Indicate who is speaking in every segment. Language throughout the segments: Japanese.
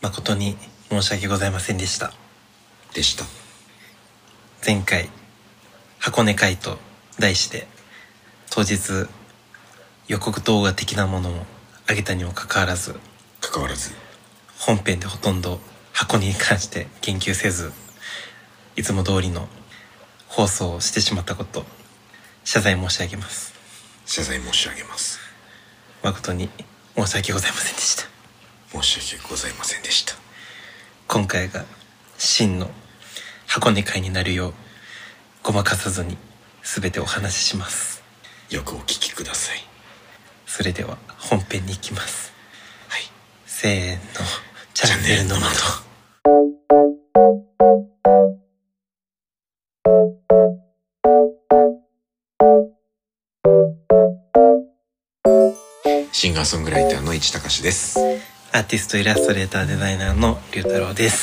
Speaker 1: 誠に申し訳ございませんでした。前回箱根会と題して当日予告動画的なものを上げたにもかかわらず本編でほとんど箱根に関して言及せず、いつも通りの放送をしてしまったこと、謝罪申し上げます。誠に申し訳ございませんでした。今回が真の箱根会になるようごまかさずに全てお話しします。
Speaker 2: よくお聞きください。
Speaker 1: それでは本編に行きます。
Speaker 2: はい。
Speaker 1: せーの、チャンネルの窓。
Speaker 2: シンガーソングライターの市隆です。
Speaker 1: アーティストイラストレーターデザイナーの龍太郎です。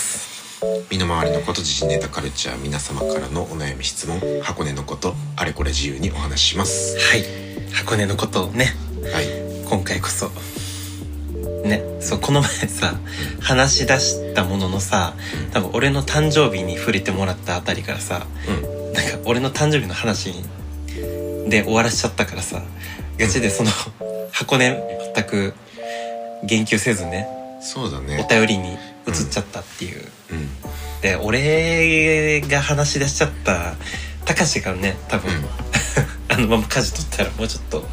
Speaker 2: 身の回りのこと時事ネタカルチャー、皆様からのお悩み質問、箱根のことあれこれ自由にお話しします。
Speaker 1: はい、箱根のことをね、
Speaker 2: はい、
Speaker 1: 今回こそね、そうこの前さ、話し出したもののさ、多分俺の誕生日に触れてもらったあたりからさ、なんか俺の誕生日の話で終わらしちゃったからさ、ガチでその箱根全く言及せずね、
Speaker 2: そうだね、
Speaker 1: お便りに移っちゃったっていう、で俺が話し出しちゃったたかしがね、多分、あのまま舵取ったらもうちょっと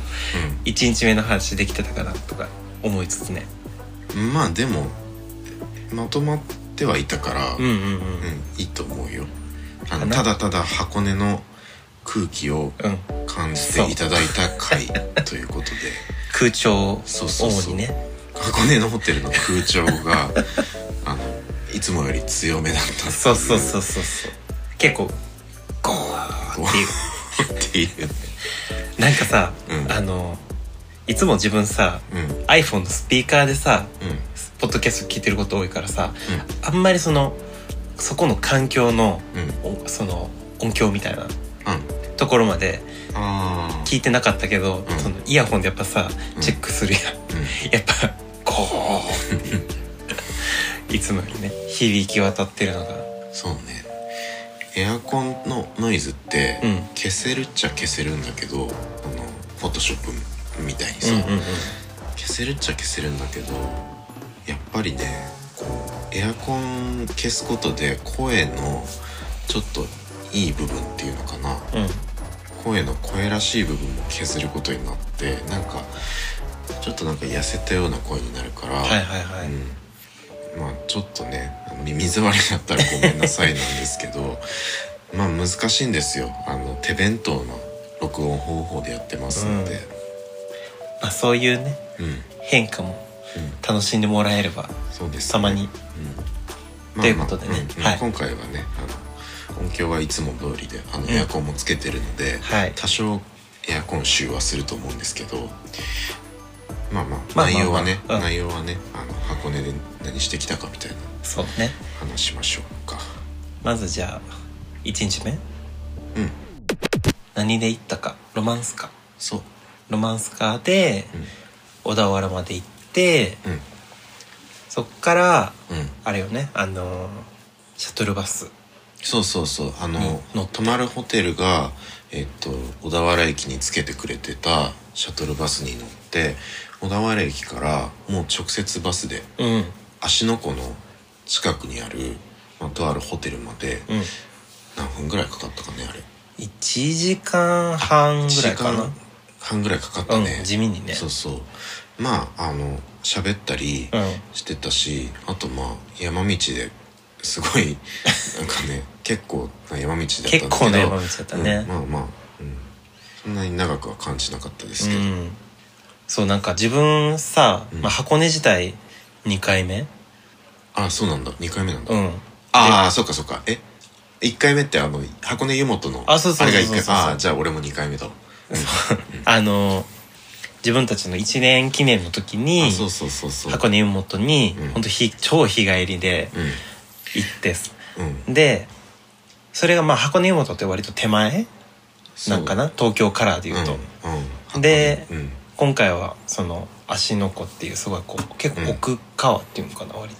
Speaker 1: 1日目の話できてたかなとか思いつつね。
Speaker 2: まあでもまとまってはいたから、いいと思うよ。ただただ箱根の空気を感じていただいた回ということで、
Speaker 1: 空調、主にね、
Speaker 2: 箱根のホテルの空調がいつもより強めだった。
Speaker 1: そう結構ゴーっていうなんかさ、いつも自分さ、iPhone のスピーカーでさ、ポッドキャスト聞いてること多いからさ、あんまりそこの環境の、その音響みたいな、ところまで聞いてなかったけど、そのイヤホンでやっぱさ、チェックするやん、やっぱこういつもよりね響き渡ってるのが。そうね、
Speaker 2: エアコンのノイズって、消せるっちゃ消せるんだけど、フォトショップみたいにさ、消せるっちゃ消せるんだけど、やっぱりね、こうエアコン消すことで声のちょっといい部分っていうのかな、声らしい部分も削ることになって、なんかちょっとなんか痩せたような声になるから、まあちょっとね、耳障りだったらごめんなさいなんですけどまあ難しいんですよ、手弁当の録音方法でやってますので、
Speaker 1: まあそういうね、変化も楽しんでもらえれば、
Speaker 2: そうですね、
Speaker 1: たまに、ということでね、
Speaker 2: 今回はね、音響はいつも通りでエアコンもつけてるので、多少エアコン臭はすると思うんですけど、内容はね、箱根で何してきたかみたいな、
Speaker 1: そうね、
Speaker 2: 話しましょうか。
Speaker 1: まずじゃあ1日目、何で行ったか。ロマンスカーで小田原まで行って、そっから、あれよね、シャトルバス、
Speaker 2: 泊まるホテルが、小田原駅につけてくれてたシャトルバスに乗って、小田原駅からもう直接バスで、芦ノ湖の近くにある、とあるホテルまで、何分ぐらいかかったかね、あれ。
Speaker 1: 1時間半ぐらいかな。1時間
Speaker 2: 半ぐらいかかったね、
Speaker 1: 地味にね。
Speaker 2: まあ喋ったりしてたし、あと山道ですごいなんかね、結構な山道だったんだけど、
Speaker 1: 結構な山道だったね。
Speaker 2: そんなに長くは感じなかったですけど、
Speaker 1: そう、なんか自分さ、箱根自体2回目。
Speaker 2: そうなんだ、2回目なんだ。そっか1回目って箱根湯本のあれが1回。じゃあ俺も2回目だわ。
Speaker 1: 自分たちの1年記念の時に箱根湯本にほんと超日帰りで行って、でそれが箱根湯本って割と手前なんかな、東京からでいうと、で、今回はその芦ノ湖っていうすごいこう結構奥川っていうのかな、割と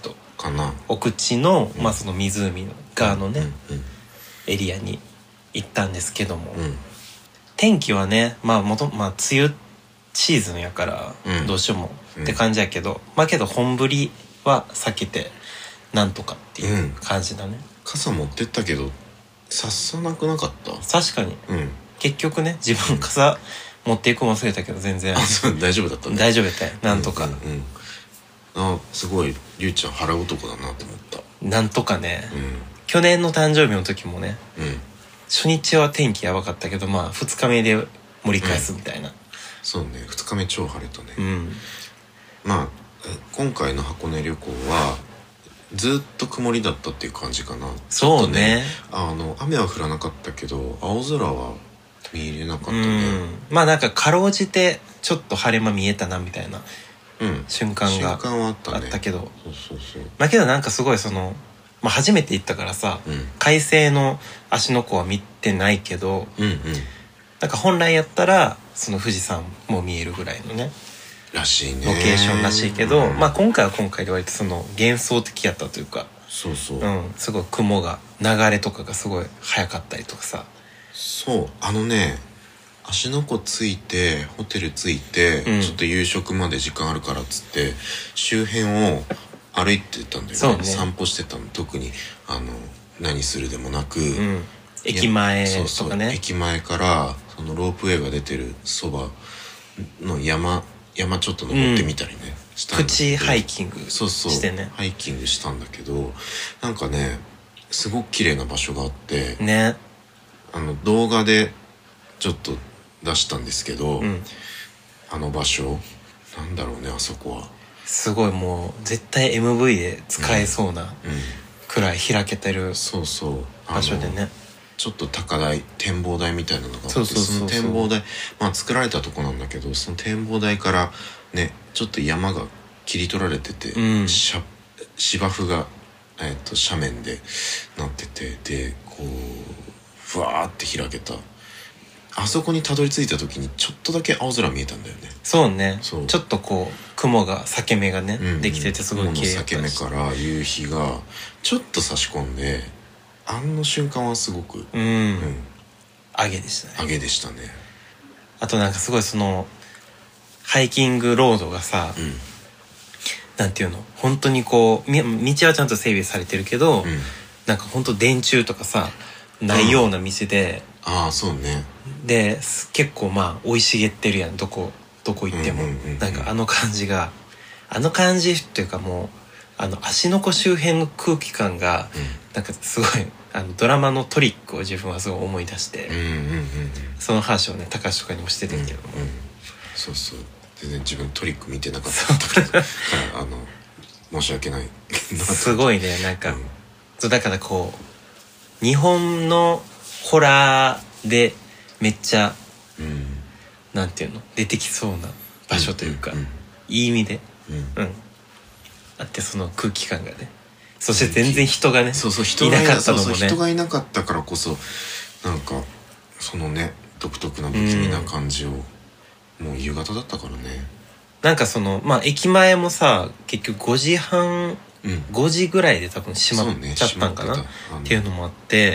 Speaker 2: かな、
Speaker 1: 奥地の、まあ、その湖の側のね、エリアに行ったんですけども、天気はね、まあ梅雨シーズンやからどうしようもって感じやけど、まあけど本降りは避けてなんとかっていう感じだね。
Speaker 2: 傘持ってったけどささなくなかった？
Speaker 1: 確かに、結局ね自分傘持っていくの忘れたけど全然
Speaker 2: そう大丈夫だったね。
Speaker 1: 大丈夫だったよ、なんとか。
Speaker 2: すごいりゅうちゃん腹男だなと思った。
Speaker 1: なんとかね、去年の誕生日の時もね、初日は天気やばかったけど、まあ2日目で盛り返すみたいな、
Speaker 2: そうね、2日目超晴れたね。まあ今回の箱根旅行はずっと曇りだったっていう感じかな。
Speaker 1: そうね、
Speaker 2: 雨は降らなかったけど青空は見えなかったね。
Speaker 1: まあなんかかろうじてちょっと晴れ間見えたなみたいな瞬間があったけど、まあけどなんかすごいその、まあ、初めて行ったからさ、快晴の芦ノ湖は見てないけど、なんか本来やったらその富士山も見えるぐらいのね
Speaker 2: らしいね、
Speaker 1: ロケーションらしいけど、まあ今回は今回で割とその幻想的やったというか、
Speaker 2: そうそう、
Speaker 1: すごい雲が流れとかがすごい早かったりとかさ。
Speaker 2: そう芦ノ湖着いてホテル着いて、ちょっと夕食まで時間あるからっつって周辺を歩いてたんだよね。散歩してたの。特に何するでもなく、
Speaker 1: 駅前とかね。
Speaker 2: 駅前からそのロープウェイが出てるそばの山ちょっと登ってみたりね、したんだけど、
Speaker 1: プチハイキングしてね。
Speaker 2: ハイキングしたんだけど、なんかねすごく綺麗な場所があって
Speaker 1: ね、
Speaker 2: 動画でちょっと出したんですけど、あの場所なんだろうね、あそこは
Speaker 1: すごいもう絶対 MV で使えそうなくらい開けてる場所でね、
Speaker 2: ちょっと高台展望台みたいなのがあって、その展望台、まあ作られたとこなんだけど、その展望台からねちょっと山が切り取られてて、芝生が、斜面でなってて、でこうふわーって開けた、あそこにたどり着いた時にちょっとだけ青空見えたんだよね。
Speaker 1: そうね、ちょっとこう雲が裂け目がね、できててすごい綺麗だったし、
Speaker 2: 雲の裂け目から夕日がちょっと差し込んで、あの瞬間はすごく
Speaker 1: アゲでしたね。
Speaker 2: アゲでしたね。
Speaker 1: あとなんかすごいそのハイキングロードがさ、なんていうの、本当にこう道はちゃんと整備されてるけど、なんか本当電柱とかさないような道で、
Speaker 2: そうね。
Speaker 1: で結構まあ生い茂ってるやん、どこ行っても、なんかあの感じっていうか、もう芦ノ湖周辺の空気感が、なんかすごいドラマのトリックを自分はすごい思い出して、その話をね高橋とかにもしてたけども、
Speaker 2: そうそう、全然自分トリック見てなかったから申し訳ない
Speaker 1: すごいね、なんか、だからこう日本のホラーでめっちゃ、なんていうの、出てきそうな場所というか、いい意味で、あって、その空気感がね、そして全然人がね、いなかったのもね、
Speaker 2: 人がいなかったからこそ、なんかそのね独特な不気味な感じを、もう夕方だったからね。
Speaker 1: なんかそのまあ駅前もさ、結局5時半、5時ぐらいで多分閉まっちゃったんかな、っていうのもあって、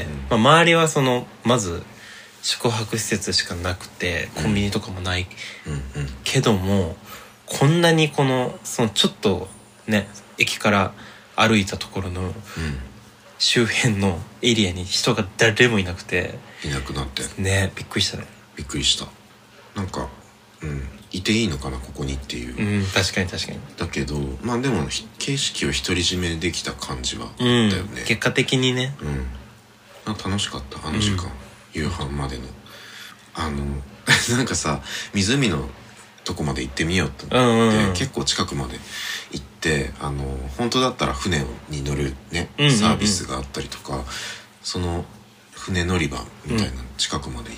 Speaker 1: まあ、周りはそのまず宿泊施設しかなくて、コンビニとかもない、けども、こんなにそのちょっとね駅から歩いたところの周辺のエリアに人が誰もいなくて、
Speaker 2: いなくなって
Speaker 1: ね、びっくりしたね。
Speaker 2: びっくりした。なんかいていいのかなここにっていう、
Speaker 1: 確かにだ
Speaker 2: けど、まあでも景色を独り占めできた感じはあったよね、
Speaker 1: 結果的にね。
Speaker 2: 楽しかった、あの時間、夕飯までのなんかさ、湖のとこまで行ってみようと思って、結構近くまで行って、本当だったら船に乗るね、サービスがあったりとか、その船乗り場みたいな近くまで行って、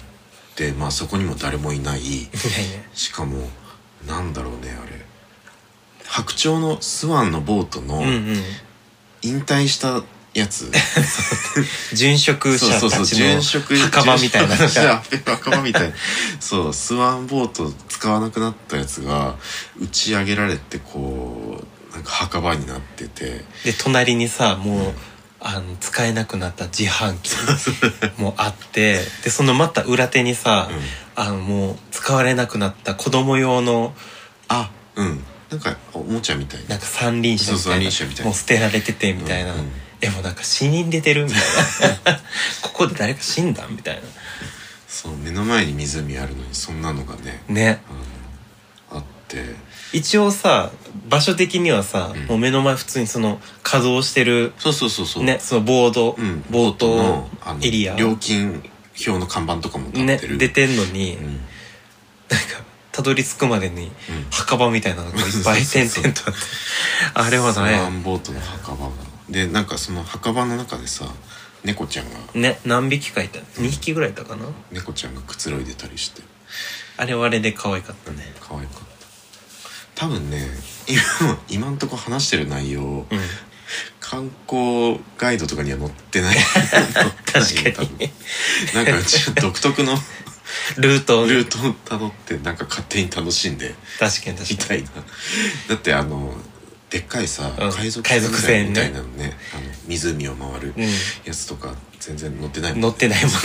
Speaker 2: まあそこにも誰もいないしかもなんだろうね、あれ白鳥のスワンのボートの引退したやつ
Speaker 1: 殉職者たちの墓場みたいな
Speaker 2: 墓場みたいなそう、スワンボート使わなくなったやつが打ち上げられて、こうなんかか墓場になってて、
Speaker 1: で隣にさもう、使えなくなった自販機もあってでそのまた裏手にさ、もう使われなくなった子供用の
Speaker 2: なんかおもちゃみたいな、
Speaker 1: なんか三輪車みたいなもう捨てられててみたいな、もうなんか死人出てるみたいなここで誰か死んだみたいな。
Speaker 2: そう目の前に湖あるのにそんなのが
Speaker 1: ね、
Speaker 2: あって
Speaker 1: 一応さ場所的にはさ、もう目の前普通にその稼働してる
Speaker 2: そう
Speaker 1: ね、そのボートのエリア
Speaker 2: 料金表の看板とかも立ってる、
Speaker 1: 出てんのに、なんかたどり着くまでに墓場みたいなのがいっぱい点々とあってあれはね
Speaker 2: ワンボートの墓場で、なんかその墓場の中でさ猫ちゃんが
Speaker 1: 何匹かいた、2匹ぐらいいたかな、
Speaker 2: 猫ちゃんがくつろいでたりして、
Speaker 1: あれはあれで可愛かったね。
Speaker 2: 可愛かった。多分ね今んとこ話してる内容、観光ガイドとかには載ってない
Speaker 1: 確かに
Speaker 2: なんか独特の
Speaker 1: ルートを
Speaker 2: たどってなんか勝手に楽しんで
Speaker 1: 確かに
Speaker 2: みたいな。だってでっかいさ、海賊
Speaker 1: 船
Speaker 2: みたいなのね、湖を回るやつとか全然乗ってないもん
Speaker 1: ね。乗ってないもんね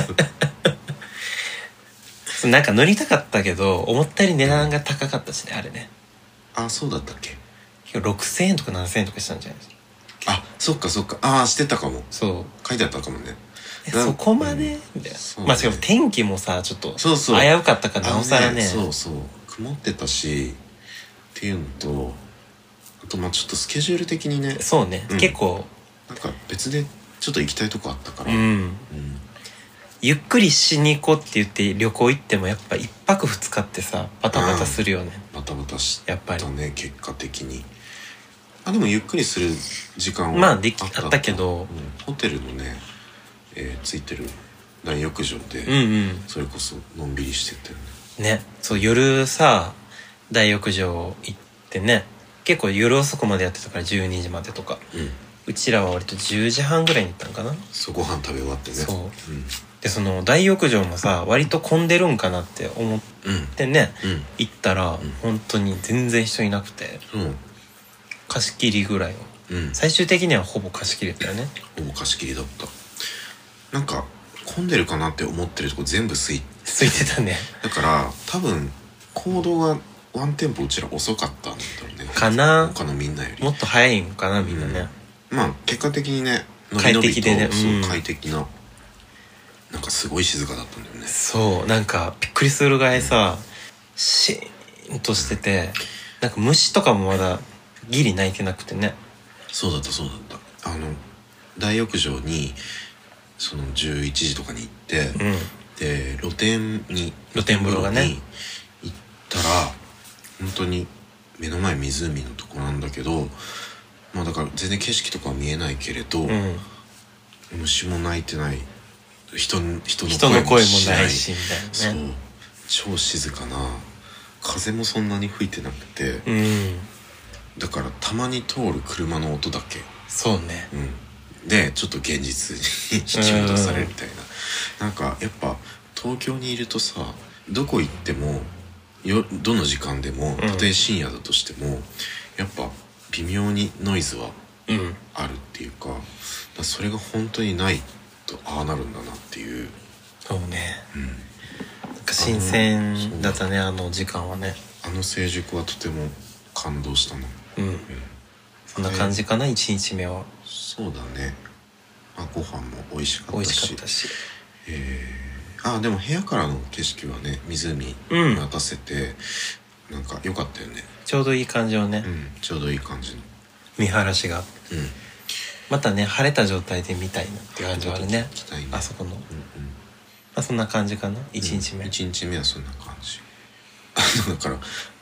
Speaker 1: なんか乗りたかったけど思ったより値段が高かったしね、あれね。
Speaker 2: あ、そうだったっけ。
Speaker 1: 6000円とか7000円とかしたんじゃないですか。
Speaker 2: あ、そっかそっか。ああ、してたかも。
Speaker 1: そう
Speaker 2: 書いてあったかもね。
Speaker 1: そこまで、みたいな、まあしかも天気もさちょっと危うかったからなおさらね。
Speaker 2: そうそう曇ってたしっていうのと、あとまあちょっとスケジュール的にね、
Speaker 1: そうね、結構
Speaker 2: なんか別でちょっと行きたいとこあったから、
Speaker 1: ゆっくりしに行こうって言って旅行行ってもやっぱ1泊2日ってさバタバタするよね。
Speaker 2: バタバタしたね、
Speaker 1: やっぱり
Speaker 2: 結果的に。でもゆっくりする時間は
Speaker 1: まああったけど、
Speaker 2: ホテルのね、ついてる大浴場で、それこそのんびりしてたよ
Speaker 1: ね。そう夜さ大浴場行ってね、結構夜遅くまでやってたから12時までとか、うちらは割と10時半ぐらいに行ったんかな。
Speaker 2: そうご飯食べ終わってね。
Speaker 1: そう、でその大浴場もさ割と混んでるんかなって思ってね、行ったら、本当に全然人いなくて、貸し切りぐらいの、最終的にはほぼ貸し切りだったよね。
Speaker 2: ほぼ貸し切りだった。なんか混んでるかなって思ってるとこ全部空い
Speaker 1: てたね。
Speaker 2: だから多分行動がワンテンポうちら遅かったんだろうね。
Speaker 1: かな。
Speaker 2: 他のみんなより。
Speaker 1: もっと早いんかなみんなね。
Speaker 2: まあ結果的にね、
Speaker 1: 快適でね、
Speaker 2: 快適な、なんかすごい静かだったんだよね。
Speaker 1: そう、なんかびっくりするぐらいさ、シーンとしてて、なんか虫とかもまだギリ鳴いてなくてね。
Speaker 2: そうだった。大浴場にその11時とかに行って、で露天風呂がね行ったら本当に目の前湖のとこなんだけど、まあだから全然景色とかは見えないけれど、虫も鳴いてない、人の声もないしみたいなね。そう超静かな、風もそんなに吹いてなくて、だからたまに通る車の音だけ。そうね、でちょっと現実に引き戻されるみたいな。なんかやっぱ東京にいるとさ、どこ行ってもどの時間でも、たとえ深夜だとしてもやっぱ微妙にノイズはあるっていうか、それが本当にないとああなるんだなっていう。そうね、なんか新鮮だったね、あの時間はね。あの成熟はとても感動したの。そんな感じかな、1日目は。そうだね。ご飯も美味しかったし、でも部屋からの景色はね、湖見渡せて、なんか良かったよね。ちょうどいい感じのね、ちょうどいい感じの見晴らしが、またね晴れた状態で見たいなって感じはあるね、あそこの。そんな感じかな、1日目。1日目はそんな感じ。だから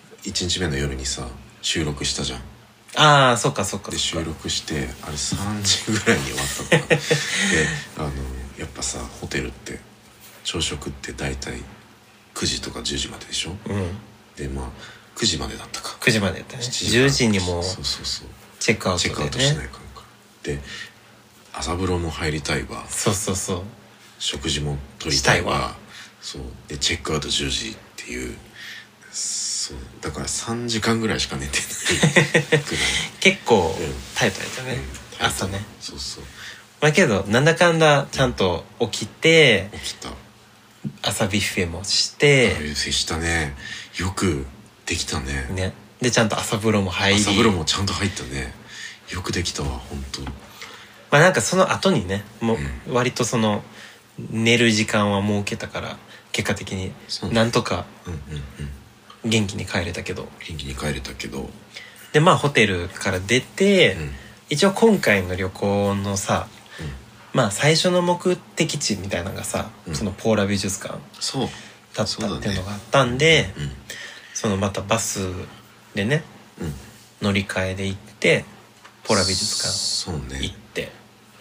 Speaker 2: 1日目の夜にさ収録したじゃん。ああ、そっかで収録してあれ3時ぐらいに終わったのかな。でやっぱさホテルって朝食って大体9時とか10時まででしょ。でまあ9時までだったか。9時までだったね。10時にもチェックアウトでね。チェックアウトしないかんから。で朝風呂も入りたいわ。食事も取りたいわ。そうでチェックアウト10時っていう、そそうだから3時間ぐらいしか寝てないぐらい
Speaker 1: 結構タイトだったね、朝ね。
Speaker 2: そうそう。
Speaker 1: まあけどなんだかんだちゃんと起きて、
Speaker 2: 起きた。
Speaker 1: 朝ビュッフェもして、
Speaker 2: ビュッフェしたね。よくできたね。
Speaker 1: ね。でちゃんと朝風呂も入り、
Speaker 2: 朝風呂もちゃんと入ったね。よくできたわ本当。
Speaker 1: まあなんかその後にね、もう割とその寝る時間は設けたから結果的になんとか元気に帰れたけど、
Speaker 2: 元気に帰れたけど、
Speaker 1: でまあホテルから出て、一応今回の旅行のさ、まあ最初の目的地みたいなのがさ、そのポーラ美術館だったっていうのがあったんで、そのまたバスでね、乗り換えで行ってポーラ美術館行って、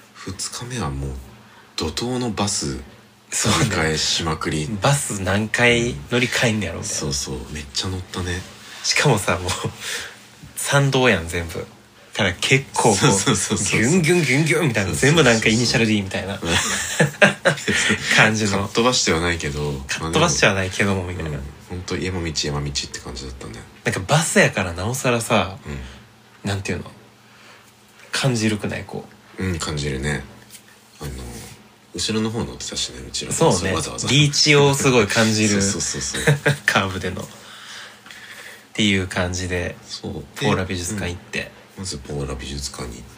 Speaker 2: 2日目はもう怒涛のバス乗り換えしまくり、
Speaker 1: バス何回乗り換えんねやろみたいな。
Speaker 2: そうそう、めっちゃ乗ったね。
Speaker 1: しかもさ、もう参道やん全部から結構こうギュンギュンギュンギュンみたいな、全部なんかイニシャル D みたいな感じの、
Speaker 2: かっ飛ばしてはないけど、
Speaker 1: かっ飛ばしてはないけどもみたいな、
Speaker 2: 本当山道山道って感じだったね。
Speaker 1: なんかバスやからなおさらさ、なんていうの感じるくない？こ
Speaker 2: う感じるね。後ろの方乗ってたしね、うちら。
Speaker 1: そうね、
Speaker 2: わざわざ
Speaker 1: リーチをすごい感じる
Speaker 2: そう
Speaker 1: カーブでのっていう感じで、ポーラ美術館行って、
Speaker 2: まずポーラ美術館に行って、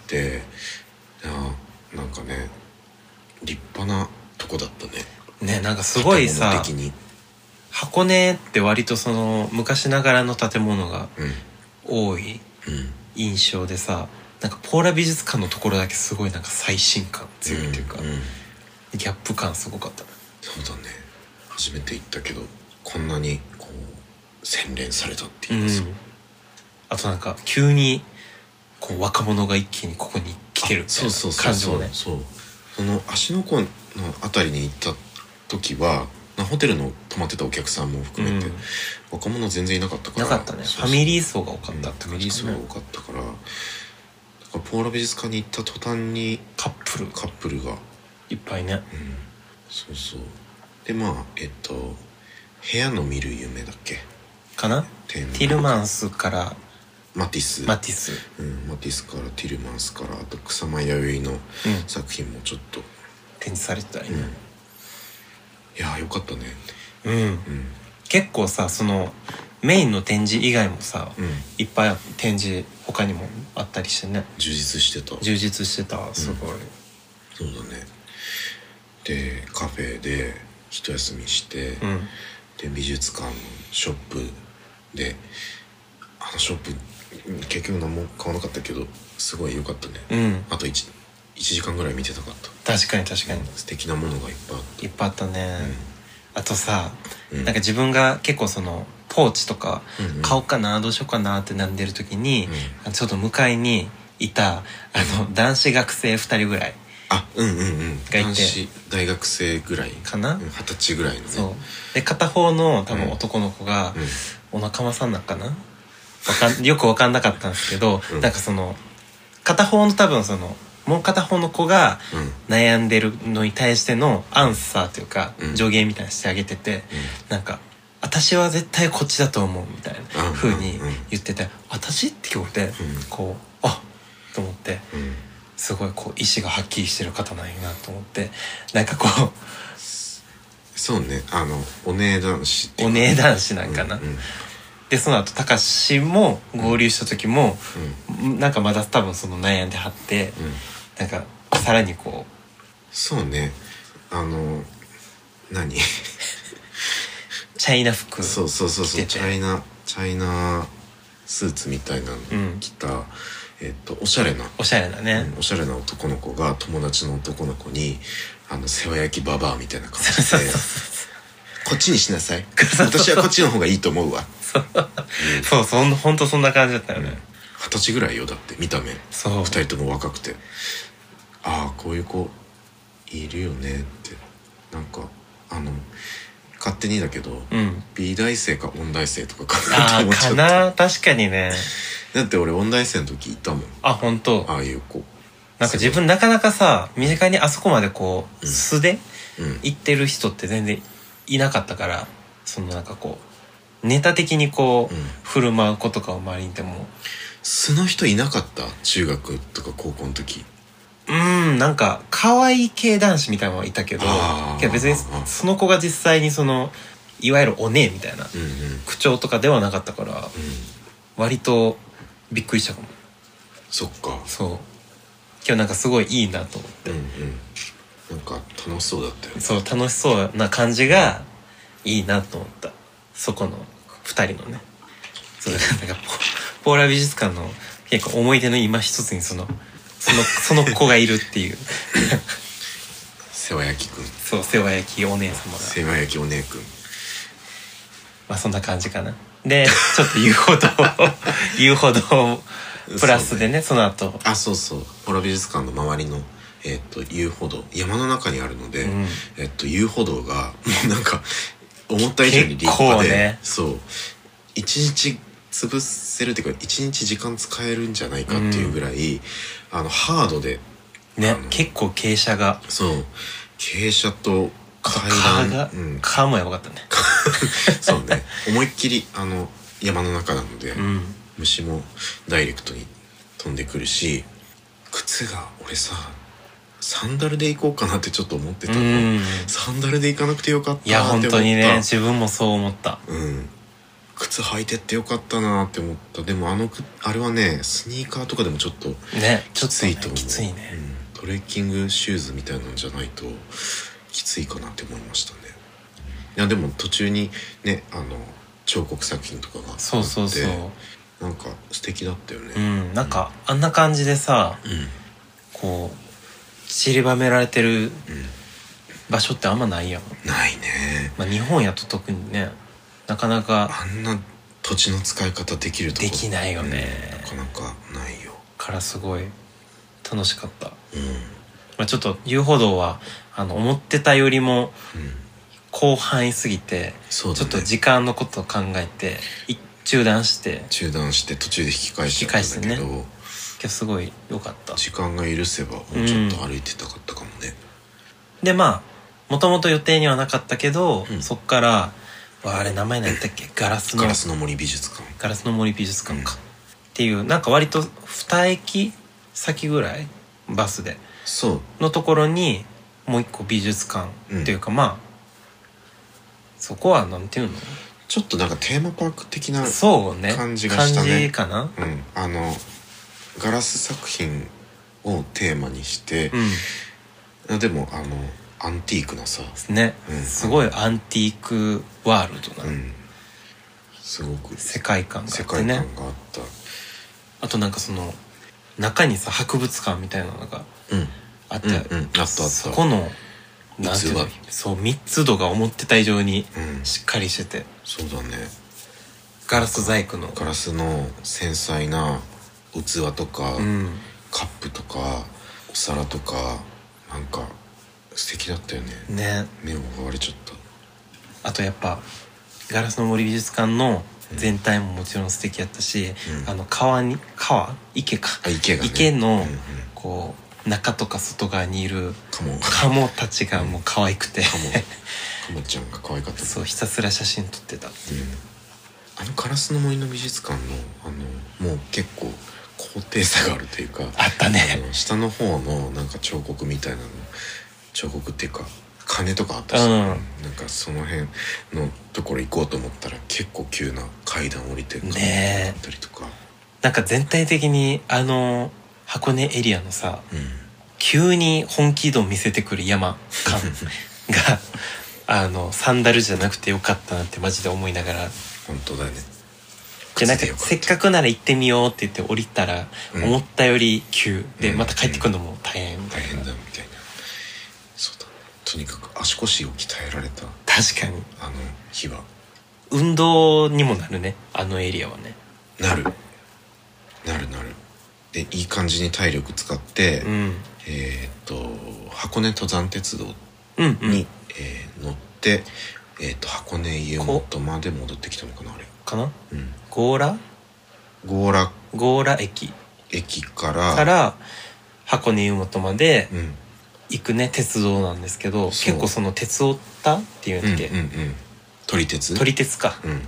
Speaker 2: なんかね立派なとこだったね。
Speaker 1: ね、なんかすごいさ、箱根って割とその昔ながらの建物が多い印象でさ、なんかポーラ美術館のところだけすごいなんか最新感強いっていうか、ギャップ感すごかったね。
Speaker 2: そうだね、初めて行ったけどこんなにこう洗練されたっていうかさ、
Speaker 1: あとなんか急にこう若者が一気にここに来てるみたいな感じもね。
Speaker 2: そう、その芦ノ湖のあたりに行った時はホテルの泊まってたお客さんも含めて、若者全然いなかったから。
Speaker 1: なかったね。ファミリー層が多かったって感じ、
Speaker 2: ファミリー層が多かったから、ポーラ美術館に行った途端に
Speaker 1: カップルがいっぱいね。
Speaker 2: そうそう。でまあ部屋の見る夢だっけ
Speaker 1: かな。ティルマンスから
Speaker 2: マティス、マティスからティルマンスから、あと草間彌生の作品もちょっと
Speaker 1: 展示されてたりね。
Speaker 2: いやよかったね。
Speaker 1: 結構さ、そのメインの展示以外もさ、いっぱい展示他にもあったりしてね。
Speaker 2: 充実してた
Speaker 1: すごい。
Speaker 2: そうだね。でカフェで一休みして、で美術館のショップで、ショップ結局何も買わなかったけどすごい良かったね。あと1時間ぐらい見てたかった。
Speaker 1: 確かに
Speaker 2: 素敵なものがいっぱいあった
Speaker 1: ね。あとさ、なんか自分が結構そのポーチとか買おうかな、どうしようかなって悩んでる時に、ちょっと向かいにいた男子学生2人ぐらいがいて、
Speaker 2: 男子大学生ぐらい
Speaker 1: かな、
Speaker 2: 20歳ぐらいのね。
Speaker 1: そうで片方の多分男の子がお仲間さんなんかな、よく分かんなかったんですけど、なんかその片方の多分そのもう片方の子が悩んでるのに対してのアンサーというか助言みたいにしてあげてて、なんか私は絶対こっちだと思うみたいな風に言ってて、私って聞こえて、こうあっと思って、すごいこう意志がはっきりしてる方なんやなと思って、なんかこう
Speaker 2: そうね、お姉男
Speaker 1: 子なんかな。でその後高志も合流した時も、なんかまだ多分その悩んではって、なんかさらにこう
Speaker 2: そうね、何
Speaker 1: チャイナ服
Speaker 2: そうチャイナスーツみたいなの着た、おしゃれな
Speaker 1: ね、
Speaker 2: おしゃれな男の子が友達の男の子に世話焼きババアみたいな感じでこっちにしなさい、私はこっちの方がいいと思うわ
Speaker 1: そうほんとそんな感じだったよね。
Speaker 2: 20歳ぐらいよ、だって見た目2人とも若くて、ああこういう子いるよねって、なんか勝手にだけど、美大生か音大生とかかなと思っちゃった。
Speaker 1: かな、確かにね。
Speaker 2: だって俺音大生の時いたもん。
Speaker 1: あ、本当。
Speaker 2: ああいう子。
Speaker 1: なんか自分なかなかさ、身近にあそこまでこう素で行ってる人って全然いなかったから、そのなんかこうネタ的にこう、振る舞う子とかを周りにいても
Speaker 2: 素の人いなかった？中学とか高校の時。
Speaker 1: なんか可愛い系男子みたいなのはいたけど、別にその子が実際にそのいわゆるお姉みたいな口調とかではなかったから、割とびっくりしたかも。
Speaker 2: そっか。
Speaker 1: そう今日なんかすごいいいなと思って、
Speaker 2: なんか楽しそうだったよね。
Speaker 1: そう楽しそうな感じがいいなと思った。そこの2人のね、そうなんかポーラ美術館の結構思い出の今一つにその子がいるっていう
Speaker 2: 世話焼きくん。
Speaker 1: そう世話焼きお姉様が
Speaker 2: 世話焼きお姉くん。
Speaker 1: まあそんな感じかな。でちょっと言うほどプラスでね、その後
Speaker 2: そうポーラ美術館の周りの遊歩道、山の中にあるので、遊歩道がもうなんか思った以上に立派で、ね、そう一日潰せるっていうか一日時間使えるんじゃないかっていうぐらい、ハードで
Speaker 1: ね、結構傾斜が、
Speaker 2: そう傾斜と階段
Speaker 1: 川もやばかったね
Speaker 2: そうね、思いっきり山の中なので、虫もダイレクトに飛んでくるし、靴が俺さサンダルで行こうかなってちょっと思ってたの。サンダルで行かなくてよかったって思った。いや本当にね、
Speaker 1: 自分もそう思った。
Speaker 2: 靴履いてってよかったなって思った。でもあれはねスニーカーとかでもちょっと
Speaker 1: ね
Speaker 2: きついと思う。
Speaker 1: きついね、
Speaker 2: トレッキングシューズみたいなんじゃないときついかなって思いましたね。いやでも途中にね彫刻作品とかがあって、
Speaker 1: そう
Speaker 2: なんか素敵だったよね。
Speaker 1: なんかあんな感じでさ、こう散りばめられてる場所ってあんまないやん。
Speaker 2: ないね。
Speaker 1: まあ日本やと特にね、なかなか
Speaker 2: あんな土地の使い方できるとこ
Speaker 1: できないよね、
Speaker 2: なかなかないよ。
Speaker 1: からすごい楽しかった。まあちょっと遊歩道は思ってたよりも広範囲すぎて、ちょっと時間のことを考えて中断して
Speaker 2: 途中で引き返しちゃったんだけど、ね、
Speaker 1: すごい良かった。
Speaker 2: 時間が許せばもうちょっと歩いてたかったかもね。
Speaker 1: でまあもともと予定にはなかったけど、そっからあれ名前何だっけ、ガラスの
Speaker 2: 森美術館
Speaker 1: か、っていうなんか割と2駅先ぐらいバスでのところにもう一個美術館っていうか、まあそこはなんていうの、
Speaker 2: ちょっとなんかテーマパーク的な感じがしたね。
Speaker 1: 感じかな。
Speaker 2: ガラス作品をテーマにして、でもアンティークなさ
Speaker 1: ね、すごいアンティークワールドな、
Speaker 2: すごく
Speaker 1: 世界観があってね。あとなんかその中にさ博物館みたいなのがあって、
Speaker 2: あった
Speaker 1: そこのなんていうの、そう密度が思ってた以上にしっかりしてて、
Speaker 2: そうだね。
Speaker 1: ガラス細工の
Speaker 2: ガラスの繊細な器とか、カップとかお皿とかなんか素敵だったよね。目を奪われちゃった。
Speaker 1: あとやっぱガラスの森美術館の全体ももちろん素敵やったし、池のこう中とか外側にいるカモたちがもう可愛くてカ
Speaker 2: モちゃんが可愛かった。
Speaker 1: そうひたすら写真撮ってた。
Speaker 2: ガラスの森の美術館のもう結構高低差があるというか、
Speaker 1: あったね。
Speaker 2: 下の方のなんか彫刻みたいなの、彫刻っていうか鐘とかあったし、なんかその辺のところ行こうと思ったら結構急な階段降りてる感じがあったりとか、
Speaker 1: なんか全体的に箱根エリアのさ、急に本気度見せてくる山感がサンダルじゃなくてよかったなってマジで思いながら。
Speaker 2: 本当だね。
Speaker 1: でなんかせっかくなら行ってみようって言って降りたら、思ったより急で、また帰ってくるのも大変だみたいな。
Speaker 2: そうだね。とにかく足腰を鍛えられた。
Speaker 1: 確かに
Speaker 2: 日は
Speaker 1: 運動にもなるね、エリアはね。なる
Speaker 2: でいい感じに体力使って、箱根登山鉄道に、乗って、箱根湯本まで戻ってきたのかな、あれ
Speaker 1: かな。強羅
Speaker 2: 駅から
Speaker 1: 箱根湯本まで行くね、鉄道なんですけど、結構その鉄オタっていうんだっけ、
Speaker 2: 撮り鉄
Speaker 1: か、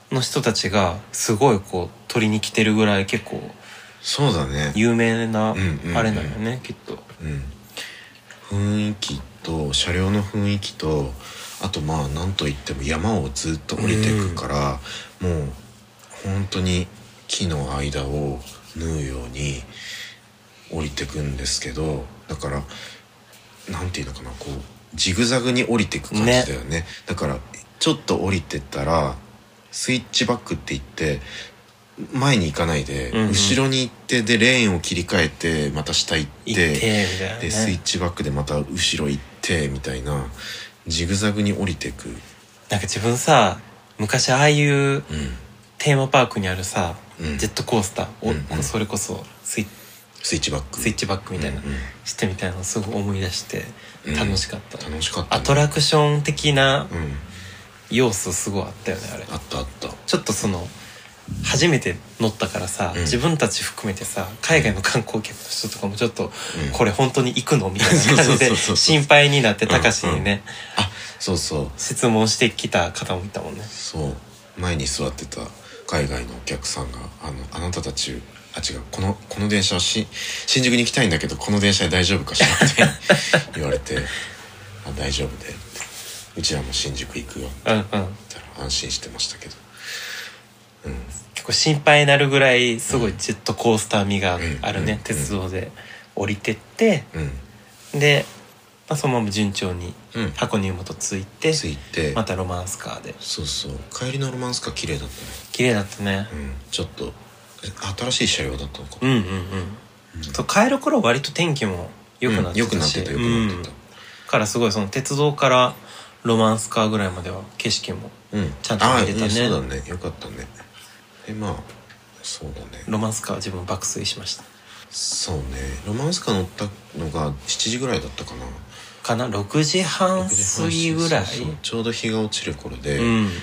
Speaker 1: の人たちがすごいこう取りに来てるぐらい結構
Speaker 2: そうだね、
Speaker 1: 有名なあれなんよね、きっと。
Speaker 2: 雰囲気と車両の雰囲気と、あとまあなんといっても山をずっと降りていくから、もう本当に木の間を縫うように降りてくんですけど、だからなんていうのかな、こうジグザグに降りていく感じだよね。だからちょっと降りてったらスイッチバックって言って前に行かないで、後ろに行って、でレーンを切り替えてまた下行って、でスイッチバックでまた後ろ行ってみたいな、ジグザグに降りていく。
Speaker 1: なんか自分さ、昔ああいうテーマパークにあるさ、ジェットコースター、それこそスイッチバックみたいな、してみたいなのをすごい思い出して楽しかった、
Speaker 2: 楽しかった、
Speaker 1: アトラクション的な要素すごいあったよね、あれ。
Speaker 2: あったあった。
Speaker 1: ちょっとその初めて乗ったからさ、自分たち含めてさ、海外の観光客の人とかもちょっと、これ本当に行くのみたいな感じで心配になってたかしにね、
Speaker 2: そうそう
Speaker 1: 質問してきた方もいたもんね。
Speaker 2: そう、前に座ってた海外のお客さんがあなたたち違う、この電車は新宿に行きたいんだけどこの電車で大丈夫かしらって言われて大丈夫で、うちらも新宿行くよって言ったら安心してましたけど、
Speaker 1: 結構心配になるぐらいすごいジェットコースター味があるね、鉄道で降りてって、で、そのまま順調に箱根湯本着いて、またロマンスカーで。
Speaker 2: そうそう、帰りのロマンスカー綺麗だったね。
Speaker 1: 綺麗だったね。
Speaker 2: ちょっと新しい車両だったのか。
Speaker 1: そう、帰る頃割と天気も良くなってたし、からすごいその鉄道からロマンスカーぐらいまでは景色もちゃんと見れたね。
Speaker 2: そうだね、よかったね。まあそうだね、
Speaker 1: ロマンスカーは自分爆睡しました。
Speaker 2: そうね、ロマンスカー乗ったのが7時ぐらいだったかな
Speaker 1: 6時半過ぎぐらい。
Speaker 2: そうちょうど日が落ちる頃で、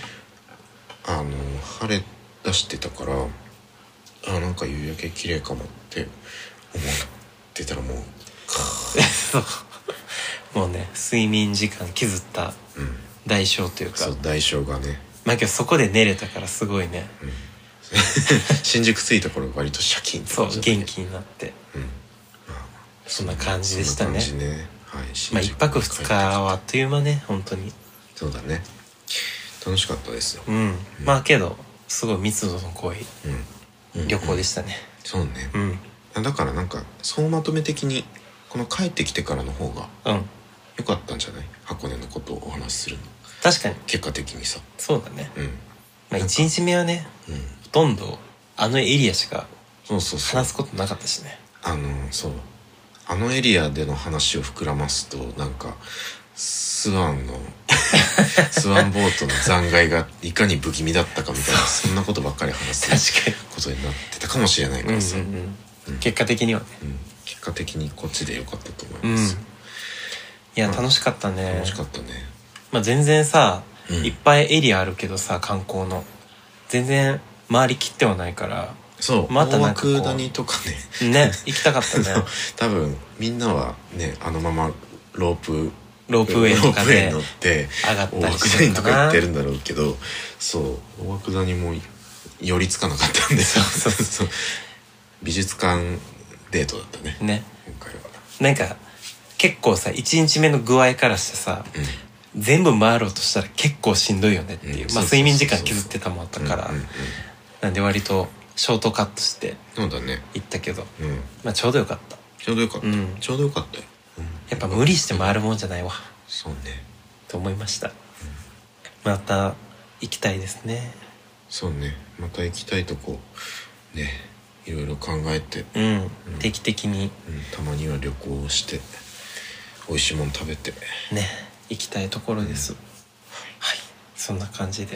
Speaker 2: 晴れ出してたから、なんか夕焼け綺麗かもって思ってたらもう
Speaker 1: もうね、睡眠時間削った代償というか、
Speaker 2: そう代償がね、
Speaker 1: まあけどそこで寝れたからすごいね、
Speaker 2: 新宿着いた頃割とシャキンって
Speaker 1: そう元気になって、そんな感じでしたね。
Speaker 2: そんな感じね。はい、
Speaker 1: まあ1泊2日はあっという間ね、本当に。
Speaker 2: そうだね、楽しかったですよ。
Speaker 1: まあけどすごい密度の濃い旅行でしたね。
Speaker 2: そうね、だからなんか総まとめ的にこの帰ってきてからの方が良かったんじゃない？箱根のことをお話しするの。
Speaker 1: 確かに
Speaker 2: 結果的にさ。
Speaker 1: そうだね。まあ1日目はね、ほとんどあのエリアしか話すことなかったしね。
Speaker 2: そうあのエリアでの話を膨らますと、なんかスワンボートの残骸がいかに不気味だったかみたいなそんなことばっかり話すことになってたかもしれないからさ、
Speaker 1: 結果的にはね、
Speaker 2: 結果的にこっちで良かったと思います。
Speaker 1: いや楽しかったね。
Speaker 2: 楽しかったね。
Speaker 1: まあ全然さ、いっぱいエリアあるけどさ、観光の全然回りきってはないから、
Speaker 2: そうまたなんか大涌谷とか
Speaker 1: ね行きたかったね
Speaker 2: 多分みんなはねあのままロープ
Speaker 1: ウェイとかで
Speaker 2: 乗って
Speaker 1: 上がったり
Speaker 2: 大涌谷とか行ってるんだろうけど、そう大涌谷も寄りつかなかったんでそう美術館デートだったね今回は。
Speaker 1: なんか結構さ1日目の具合からしてさ、全部回ろうとしたら結構しんどいよねっていう、睡眠時間削ってたもんあったから、なんで割とショートカットして行ったけど、まあちょうどよかった。ちょうどよかったよ。やっぱ無理して回るもんじゃないわ。
Speaker 2: そうね
Speaker 1: と思いました。また行きたいですね。
Speaker 2: そうね、また行きたいとこね、いろいろ考えて、
Speaker 1: 定期的に、
Speaker 2: たまには旅行をして美味しいもの食べて
Speaker 1: ね行きたいところです。はい、そんな感じで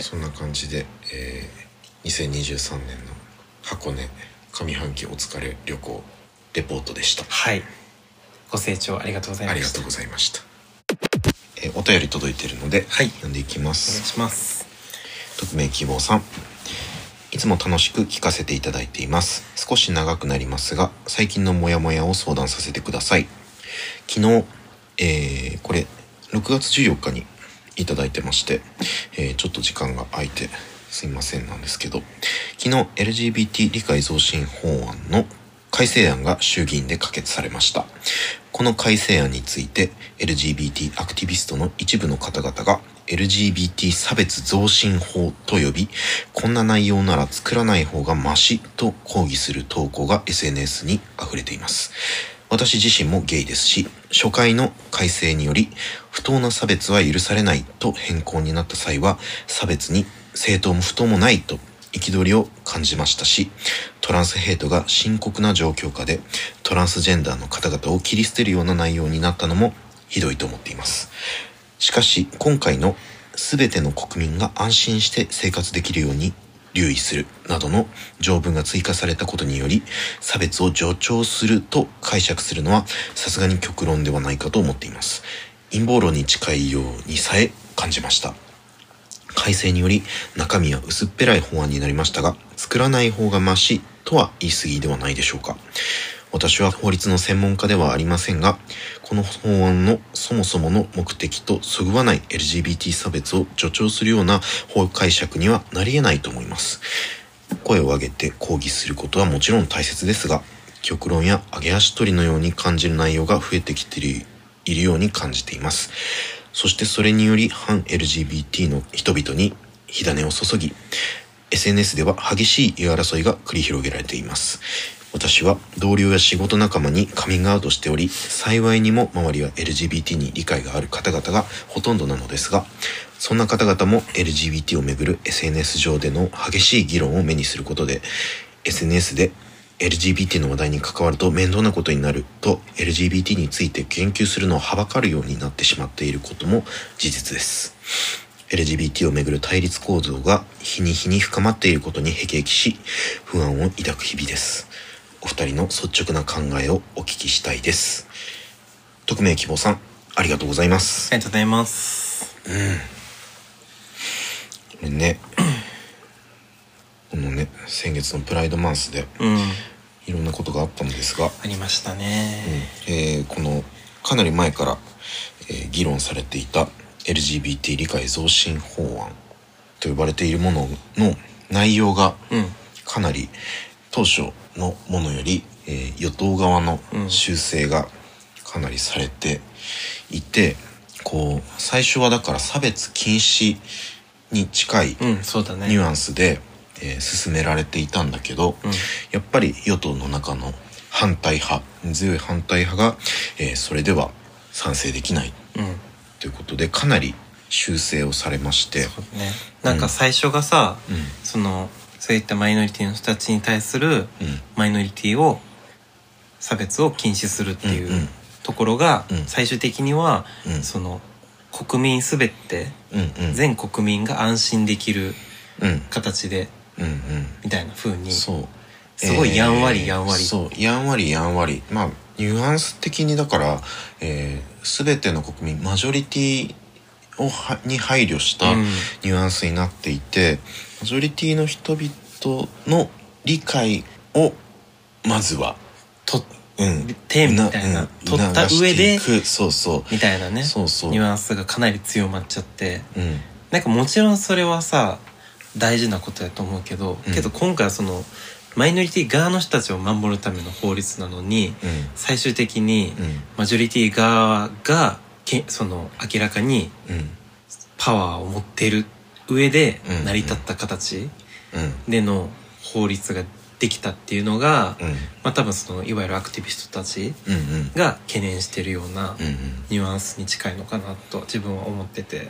Speaker 2: 2023年の箱根上半期お疲れ旅行レポートでした。
Speaker 1: はい、ご清聴ありがとうございました。
Speaker 2: ありがとうございました。お便り届いているので、読んでいきます。
Speaker 1: お願いします。
Speaker 2: 匿名希望さん、いつも楽しく聞かせていただいています。少し長くなりますが、最近のモヤモヤを相談させてください。昨日、これ6月14日にいただいてまして、ちょっと時間が空いてすいませんなんですけど、昨日 LGBT 理解増進法案の改正案が衆議院で可決されました。この改正案について LGBT アクティビストの一部の方々が LGBT 差別増進法と呼び、こんな内容なら作らない方がマシと抗議する投稿が SNS に溢れています。私自身もゲイですし、初回の改正により不当な差別は許されないと変更になった際は、差別に正当も不当もないと憤りを感じましたし、トランスヘイトが深刻な状況下でトランスジェンダーの方々を切り捨てるような内容になったのもひどいと思っています。しかし今回の全ての国民が安心して生活できるように留意するなどの条文が追加されたことにより、差別を助長すると解釈するのはさすがに極論ではないかと思っています。陰謀論に近いようにさえ感じました。改正により中身は薄っぺらい法案になりましたが、作らない方がマシとは言い過ぎではないでしょうか。私は法律の専門家ではありませんが、この法案のそもそもの目的とそぐわない LGBT 差別を助長するような法解釈にはなり得ないと思います。声を上げて抗議することはもちろん大切ですが、極論や上げ足取りのように感じる内容が増えてきているように感じています。そしてそれにより反 LGBT の人々に火種を注ぎ、SNS では激しい言い争いが繰り広げられています。私は同僚や仕事仲間にカミングアウトしており、幸いにも周りは LGBT に理解がある方々がほとんどなのですが、そんな方々も LGBT をめぐる SNS 上での激しい議論を目にすることで、 SNS で LGBT の話題に関わると面倒なことになると LGBT について言及するのをはばかるようになってしまっていることも事実です。LGBT をめぐる対立構造が日に日に深まっていることに辟易し、不安を抱く日々です。お二人の率直な考えをお聞きしたいです。匿名希望さん、ありがとうございます。
Speaker 1: ありがとうございます。
Speaker 2: これねこのね、先月のプライドマンスでいろんなことがあったのですが、
Speaker 1: ありましたね。
Speaker 2: このかなり前から、議論されていた LGBT 理解増進法案と呼ばれているものの内容がかなり当初のものより、与党側の修正がかなりされていて、こう最初はだから差別禁止に近いニュアンスで、進められていたんだけど、やっぱり与党の中の強い反対派が、それでは賛成できないということでかなり修正をされまして、
Speaker 1: そうね、なんか最初がさ、そういったマイノリティの人たちに対するマイノリティを差別を禁止するっていうところが最終的にはその国民すべて全国民が安心できる形でみたいな風にすごいやんわり
Speaker 2: そうやんわりまあニュアンス的にだから、全ての国民マジョリティに配慮したニュアンスになっていて、マジョリティの人々の理解をまずは
Speaker 1: 取ってみたいな、取った上でみたいなね、ニュアンスがかなり強まっちゃって、なんかもちろんそれはさ大事なことやと思うけど、今回はそのマイノリティ側の人たちを守るための法律なのに、最終的にマジョリティ側がその明らかにパワーを持っている上で成り立った形での法律ができたっていうのが、多分そのいわゆるアクティビストたちが懸念してるようなニュアンスに近いのかなと自分は思ってて、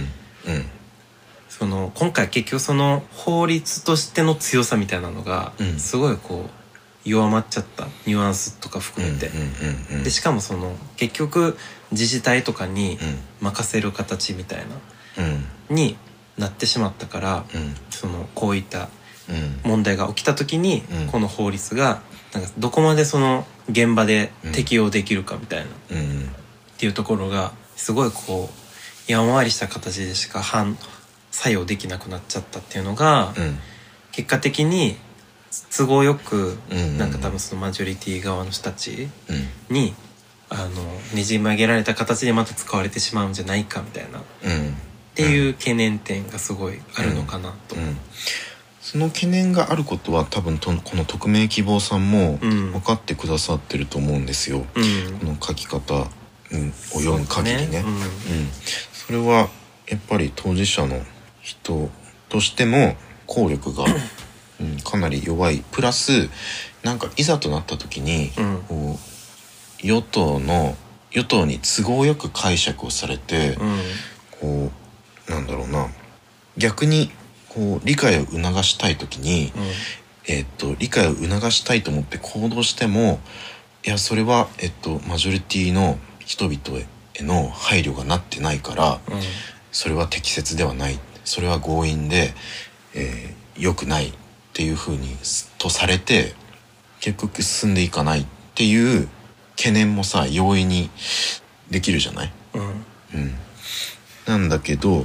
Speaker 1: その今回結局その法律としての強さみたいなのがすごいこう弱まっちゃった、ニュアンスとか含めて、でしかもその結局自治体とかに任せる形みたいなになってしまったから、そのこういった問題が起きた時にこの法律がなんかどこまでその現場で適用できるかみたいなっていうところがすごいこうやんわりした形でしか作用できなくなっちゃったっていうのが、結果的に都合よくなんか多分そのマジョリティ側の人たちにねじ曲げられた形でまた使われてしまうんじゃないかみたいな、っっていう懸念点がすごいあるのかなと、
Speaker 2: その懸念があることは多分この匿名希望さんも分かってくださってると思うんですよ、この書き方、を読む限りね。それはやっぱり当事者の人としても効力が、かなり弱い。プラスなんかいざとなった時に、こう与党に都合よく解釈をされて、こうなんだろうな、逆にこう理解を促したい時に、理解を促したいと思って行動しても、いやそれは、マジョリティの人々への配慮がなってないから、それは適切ではない、それは強引で、良くないっていう風にとされて結局進んでいかないっていう懸念もさ容易にできるじゃない、なんだけど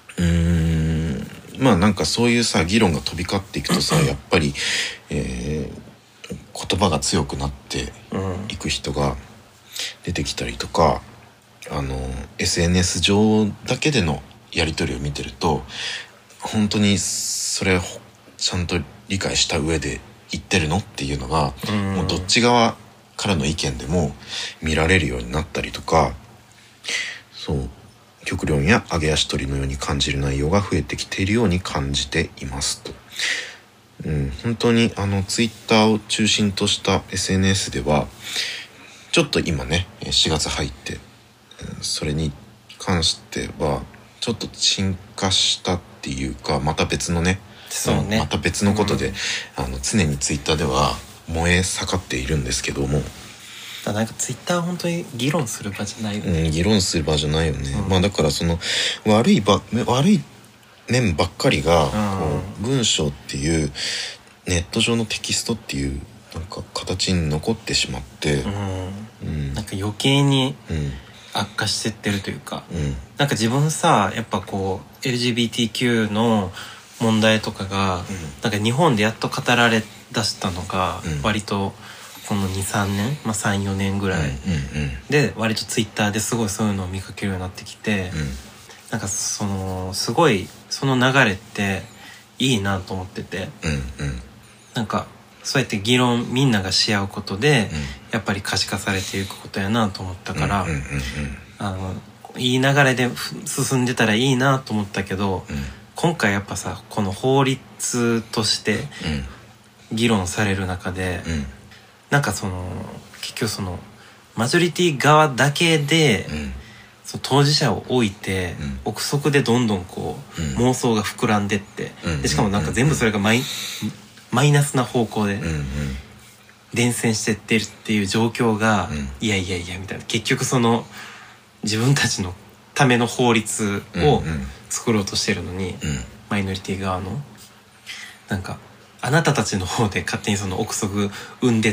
Speaker 2: まあなんかそういうさ議論が飛び交っていくとさやっぱり、言葉が強くなっていく人が出てきたりとか、SNS 上だけでのやり取りを見てると本当にそれをちゃんと理解した上で言ってるのっていうのが、もうどっち側からの意見でも見られるようになったりとか、そう極論や揚げ足取りのように感じる内容が増えてきているように感じていますと。本当にツイッターを中心とした SNS ではちょっと今ね4月入って、それに関してはちょっと沈下したっていうか、また別のね、また別のことで、常にツイッターでは燃え盛っているんですけども、
Speaker 1: なんかツイッターは本当に議論する場じゃないよね。
Speaker 2: 議論する場じゃないよね。まあだからその悪い面ばっかりが、こう文章っていうネット上のテキストっていうなんか形に残ってしまって、
Speaker 1: なんか余計に悪化してってるというか、なんか自分さやっぱこう LGBTQ の問題とかが、なんか日本でやっと語られ出したのが、割とこの 2,3 年、3,4 年ぐらい、で割とツイッターですごいそういうのを見かけるようになってきて、なんかすごいその流れっていいなと思ってて、なんかそうやって議論みんながし合うことで、やっぱり可視化されていくことやなと思ったから、いい流れで進んでたらいいなと思ったけど、今回やっぱさこの法律として議論される中で、なんか結局マジョリティ側だけで、その当事者を置いて、憶測でどんどんこう、妄想が膨らんでって、でしかもなんか全部それがマイナスな方向で伝染してってるっていう状況が、いやいやいやみたいな、結局自分たちのための法律を作ろうとしてるのに、マイノリティ側のなんかあなたたちの方で勝手にその憶測生んでって、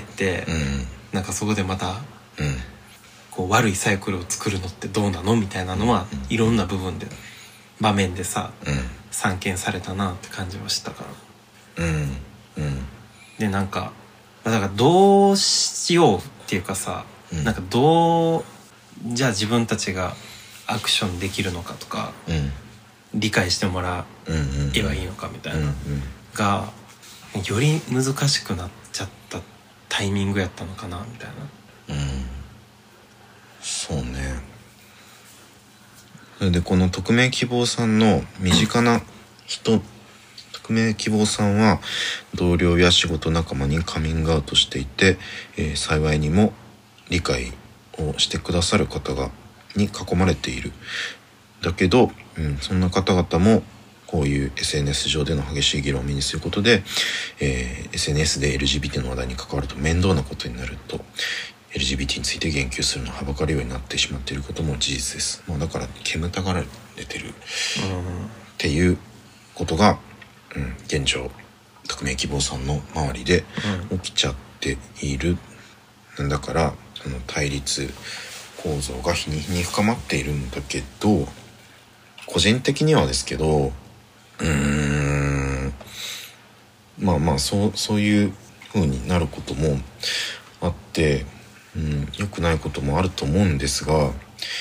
Speaker 1: なんかそこでまた、こう悪いサイクルを作るのってどうなのみたいなのは、いろんな部分で場面でさ、散見されたなって感じはしたから、でなんかだからどうしようっていうかさ、なんかじゃあ自分たちがアクションできるのかとか、理解してもらえばいいのかみたいながより難しくなっちゃったタイミングやったのかなみたいな。
Speaker 2: そうね。それでこの匿名希望さんの身近な人、匿名希望さんは同僚や仕事仲間にカミングアウトしていて、幸いにも理解をしてくださる方に囲まれている。だけど、そんな方々もこういう SNS 上での激しい議論を目にすることで、SNS で LGBT の話題に関わると面倒なことになると、LGBT について言及するのをはばかるようになってしまっていることも事実です。だから煙たがられてるっていうことが、現状匿名希望さんの周りで起きちゃっている。だからその対立構造が日に日に深まっているんだけど、個人的にはですけど、そういう風になることもあって、良くないこともあると思うんですが、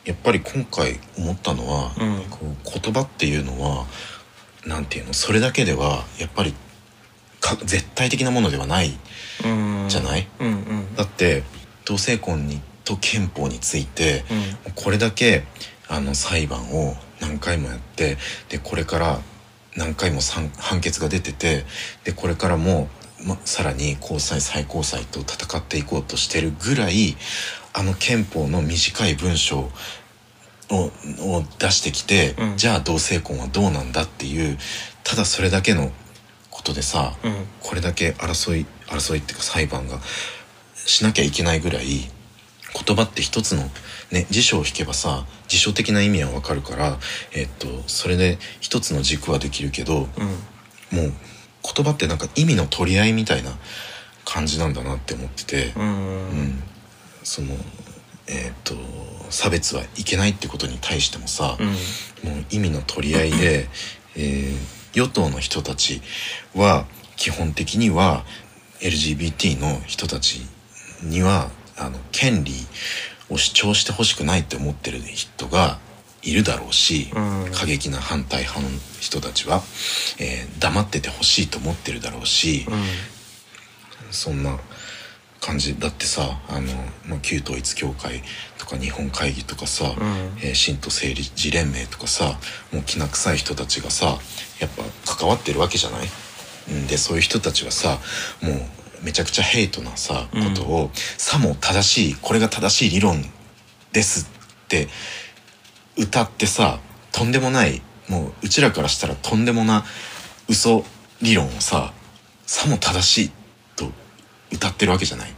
Speaker 2: やっぱり今回思ったのは、こう言葉っていうのはなんていうの、それだけではやっぱり絶対的なものではないじゃない、だって同性婚と憲法について、これだけ裁判を何回もやって、でこれから何回も判決が出てて、でこれからも、さらに高裁最高裁と戦っていこうとしてるぐらい、憲法の短い文章を出してきて、じゃあ同性婚はどうなんだっていう、ただそれだけのことでさ、これだけ争いっていうか裁判がしなきゃいけないぐらい、言葉って一つのね、辞書を引けばさ辞書的な意味はわかるから、それで一つの軸はできるけど、もう言葉ってなんか意味の取り合いみたいな感じなんだなって思ってて、その差別はいけないってことに対してもさ、もう意味の取り合いで、与党の人たちは基本的には LGBT の人たちには権利を主張してほしくないって思ってる人がいるだろうし、過激な反対派の人たちは、黙っててほしいと思ってるだろうし、そんな感じだってさ、旧統一教会とか日本会議とかさ、神道政治連盟とかさ、もうきな臭い人たちがさやっぱ関わってるわけじゃない。でそういう人たちはさ、もうめちゃくちゃヘイトなさことを、さも正しい、これが正しい理論ですって歌ってさ、とんでもない、もううちらからしたらとんでもな嘘理論をさも正しいと歌ってるわけじゃない、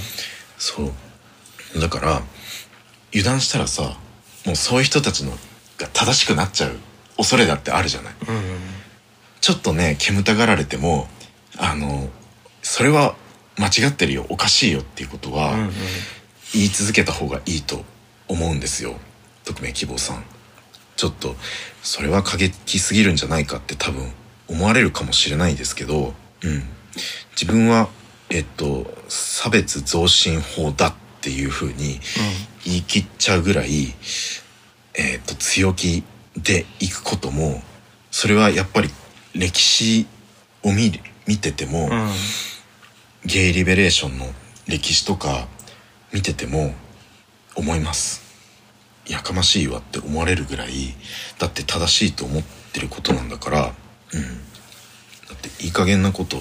Speaker 2: そうだから油断したらさ、もうそういう人たちのが正しくなっちゃう恐れだってあるじゃない、ちょっとね煙たがられてもそれは間違ってるよ、おかしいよっていうことは言い続けた方がいいと思うんですよ。匿名希望さん、ちょっとそれは過激すぎるんじゃないかって多分思われるかもしれないですけど、自分は差別増進法だっていう風に言い切っちゃうぐらい、強気でいくことも、それはやっぱり歴史を見てても、ゲイリベレーションの歴史とか見てても思います。やかましいわって思われるぐらい、だって正しいと思ってることなんだから、だっていい加減なこと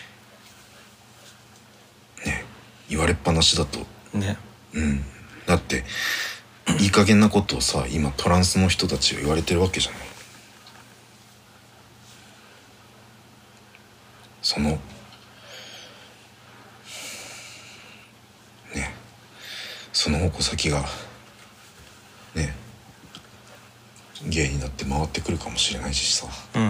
Speaker 2: ね言われっぱなしだとね、だっていい加減なことをさ今トランスの人たちが言われてるわけじゃない。そのその矛先がねゲイになって回ってくるかもしれないしさ、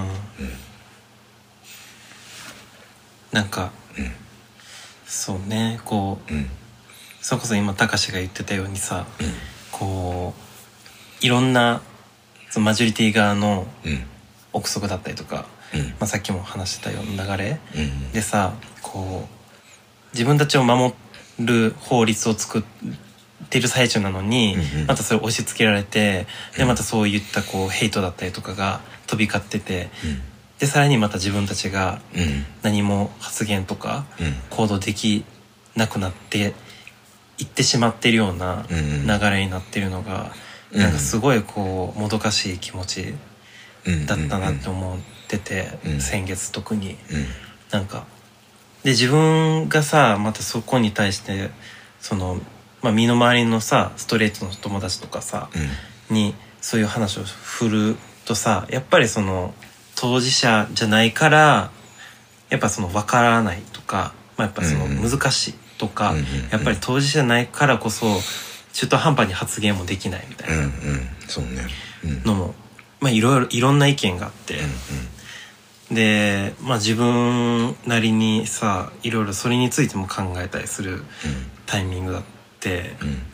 Speaker 1: なんか、そうね、こう、それこそ今たかしが言ってたようにさ、こういろんなそのマジョリティ側の憶測だったりとか、さっきも話してたような流れ、でさ、こう自分たちを守る法律を作ってる最中なのに、またそれ押し付けられて、でまたそういったこうヘイトだったりとかが飛び交ってて、でさらにまた自分たちが何も発言とか行動できなくなっていってしまっているような流れになっているのが、なんかすごいこうもどかしい気持ちだったなって思ってて、先月特に、なんかで自分がさまたそこに対してその、身の回りのさストレートの友達とかさ、にそういう話を振るとさ、やっぱりその当事者じゃないからやっぱその分からないとか、やっぱその難しいとか、やっぱり当事者じゃないからこそ中途半端に発言もできないみたいなのも、いろんな意見があって、で、自分なりにさいろいろそれについても考えたりするタイミングだって、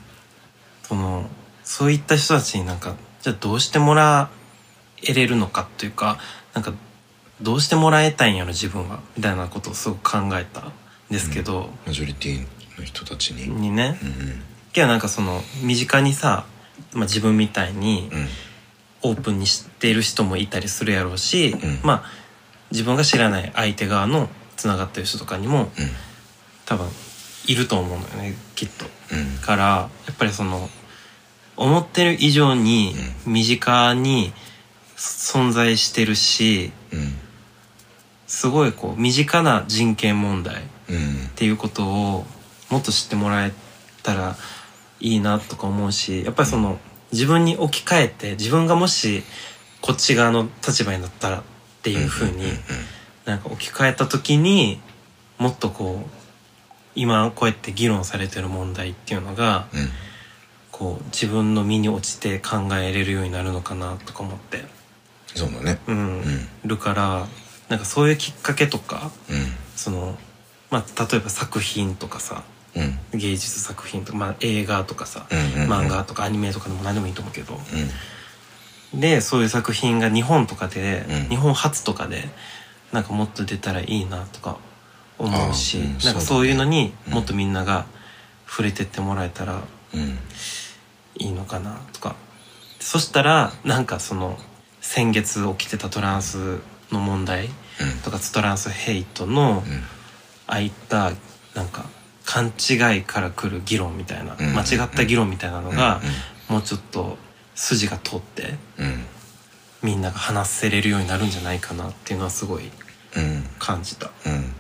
Speaker 1: そういった人たちになんかじゃあどうしてもらえれるのかというか、なんかどうしてもらえたいんやろ自分はみたいなことをすごく考えたんですけど、
Speaker 2: マジョリティの人たちに
Speaker 1: ね、けどなんかその身近にさまあ、自分みたいにオープンにしている人もいたりするやろうし、まあ自分が知らない相手側のつながってる人とかにも多分いると思うのよね、きっと。からやっぱりその思ってる以上に身近に存在してるし、すごいこう身近な人権問題っていうことをもっと知ってもらえたらいいなとか思うし、やっぱりその自分に置き換えて、自分がもしこっち側の立場になったらっていう風になんか置き換えた時に、もっとこう今こうやって議論されてる問題っていうのが、こう自分の身に落ちて考えれるようになるのかなとか思って。
Speaker 2: そうだね。
Speaker 1: るからなんかそういうきっかけとか、そのまあ例えば作品とかさ、芸術作品とか、まあ、映画とかさ、漫画とかアニメとかでも何でもいいと思うけど、でそういう作品が日本とかで、日本初とかでなんかもっと出たらいいなとか思うし、なんかそういうのにもっとみんなが触れてってもらえたらいいのかなとか。そしたらなんかその先月起きてたトランスの問題とか、トランスヘイトのああいったなんか勘違いから来る議論みたいな、間違った議論みたいなのがもうちょっと筋が通ってみんなが話せれるようになるんじゃないかなっていうのはすごい感じた。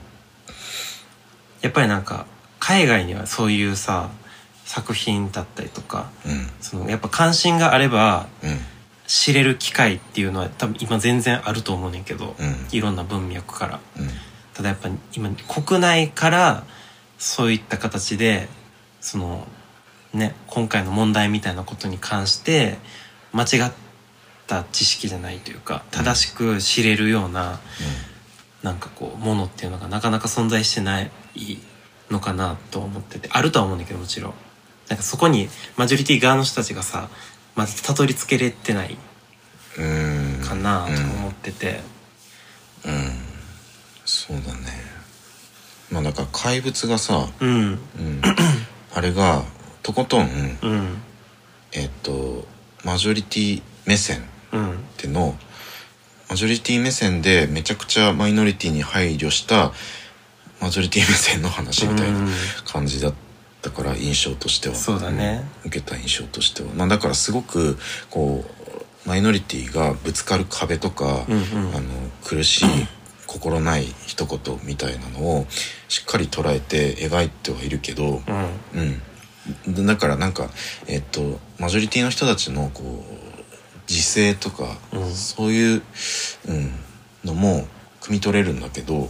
Speaker 1: やっぱりなんか海外にはそういうさ作品だったりとか、そのやっぱ関心があれば知れる機会っていうのは多分今全然あると思うねんけど、いろんな文脈から、ただやっぱ今国内からそういった形でそのね、今回の問題みたいなことに関して間違った知識じゃないというか、正しく知れるような、なんかこうものっていうのがなかなか存在してないのかなと思ってて、あるとは思うんだけど、もちろんなんかそこにマジョリティ側の人たちがさまずたどり着けれてないかなと思ってて、
Speaker 2: そうだね。まあだから怪物がさ、あれがとことん、マジョリティ目線っての、マジョリティ目線でめちゃくちゃマイノリティに配慮したマジョリティ目線の話みたいな感じだったから、印象としては。
Speaker 1: そうだね。
Speaker 2: 受けた印象としては、まあだからすごくこうマイノリティがぶつかる壁とか、苦しい心ない一言みたいなのをしっかり捉えて描いてはいるけど、だからなんかマジョリティの人たちのこう自制とか、そういう、のも汲み取れるんだけど、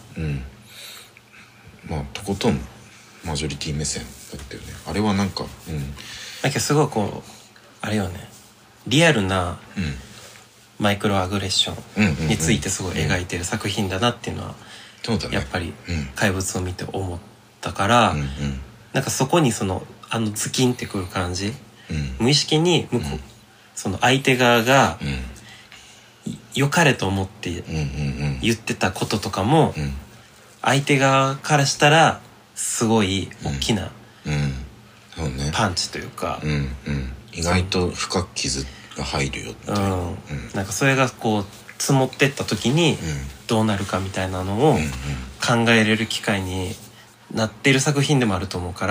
Speaker 2: まあとことんマジョリティ目線だったよね。あれはなんか、
Speaker 1: なんかすごいこうあれよね、リアルなマイクロアグレッションについてすごい描いてる作品だなっていうのは、やっぱり怪物を見て思ったから、なんかそこにそのズキンってくる感じ、無意識に向こう、その相手側が良かれと思って言ってたこととかも、相手側からしたらすごい大きなパンチというか、
Speaker 2: 意外と深く傷が入るよみたいな、
Speaker 1: なんかそれがこう積もってった時にどうなるかみたいなのを考えれる機会になってる作品でもあると思うから、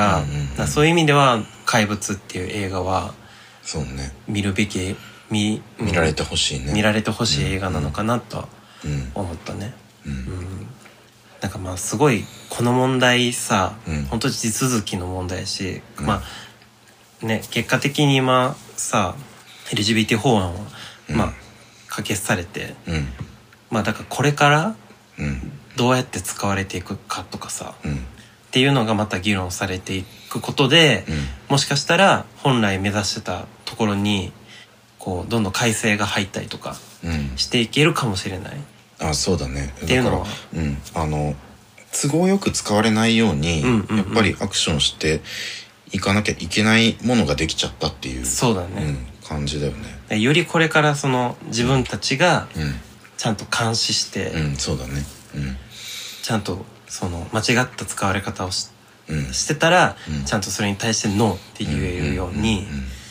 Speaker 1: そういう意味では「怪物」っていう映画は見るべき、見
Speaker 2: られてほしいね、
Speaker 1: 見られてほしい映画なのかなとは思ったね。なんかまあすごいこの問題さ、本当に地続きの問題やし、まあね、結果的に今さ LGBT 法案はまあ可決されて、まあだからこれからどうやって使われていくかとかさ、っていうのがまた議論されていくことで、もしかしたら本来目指してたところにこうどんどん改正が入ったりとかしていけるかもしれない。
Speaker 2: そうだね。
Speaker 1: っていうのは
Speaker 2: 都合よく使われないように、やっぱりアクションしていかなきゃいけないものができちゃったっていう、
Speaker 1: そうだね、
Speaker 2: 感じだよね。
Speaker 1: よりこれからその自分たちがちゃんと監視して、
Speaker 2: そうだね、
Speaker 1: ちゃんとその間違った使われ方をしてたら、ちゃんとそれに対してノーって言えるように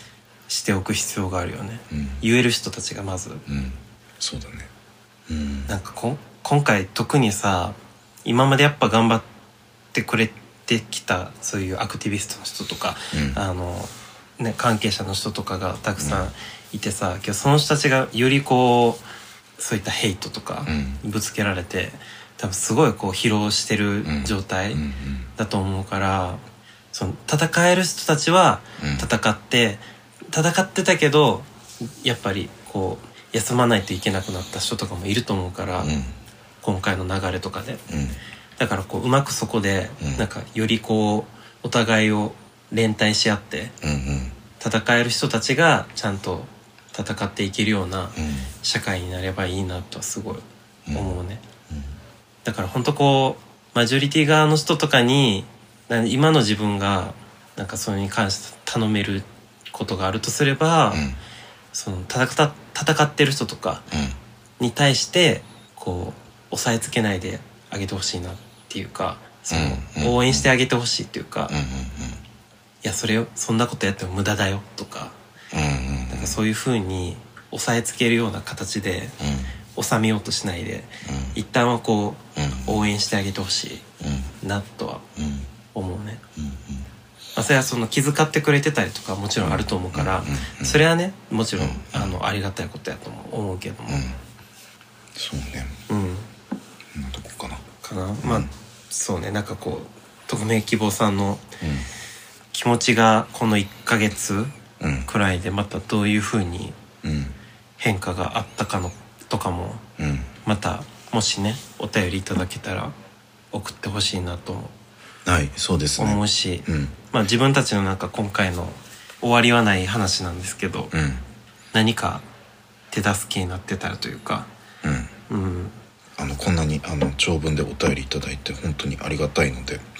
Speaker 1: しておく必要があるよね、言える人たちがまず、
Speaker 2: そうだね、
Speaker 1: なんか今回特にさ、今までやっぱ頑張ってくれてきたそういうアクティビストの人とか、関係者の人とかがたくさんいてさ、今日その人たちがよりこうそういったヘイトとかぶつけられて、多分すごいこう疲労してる状態だと思うから、その戦える人たちは戦ってたけど、やっぱりこう休まないといけなくなった人とかもいると思うから、今回の流れとかで、だからこううまくそこでなんかよりこうお互いを連帯し合って戦える人たちがちゃんと戦っていけるような社会になればいいなとはすごい思うね。だから本当こうマジョリティ側の人とかに今の自分がなんかそれに関して頼めることがあるとすれば、その戦ってる人とかに対してこう押さえつけないであげてほしいなっていうか、その応援してあげてほしいっていうか、いやそんなことやっても無駄だよとか、なんかそういう風に押さえつけるような形で収めようとしないで、一旦はこう応援してあげてほしいなとは思うね。それはその気遣ってくれてたりとかもちろんあると思うから、それはねもちろんありがたいことやと思うけども、
Speaker 2: そうね、こんなとこかな。
Speaker 1: まあそうね、なんかこう匿名希望さんの気持ちがこの1ヶ月くらいでまたどういう風に変化があったかのとかも、またもしねお便りいただけたら送ってほしいなと思う。
Speaker 2: はい、そうですね。
Speaker 1: 思うし、まあ自分たちのなんか今回の終わりはない話なんですけど、何か手助けになってたらというか、
Speaker 2: こんなに長文でお便りいただいて本当にありがたいので、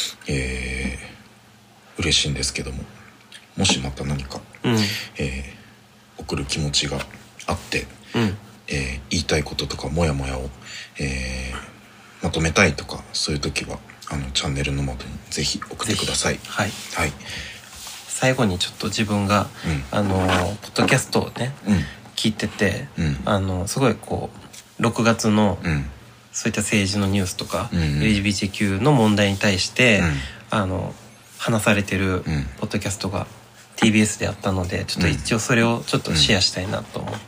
Speaker 2: 嬉しいんですけども、もしまた何か、送る気持ちがあって、言いたいこととかモヤモヤを、まとめたいとか、そういう時はチャンネルの窓にぜひ送ってください。はい、
Speaker 1: 最後にちょっと自分が、ポッドキャストをね、聞いてて、すごいこう6月の、そういった政治のニュースとか、LGBTQ の問題に対して、話されてるポッドキャストが TBS であったので、ちょっと一応それをちょっとシェアしたいなと思って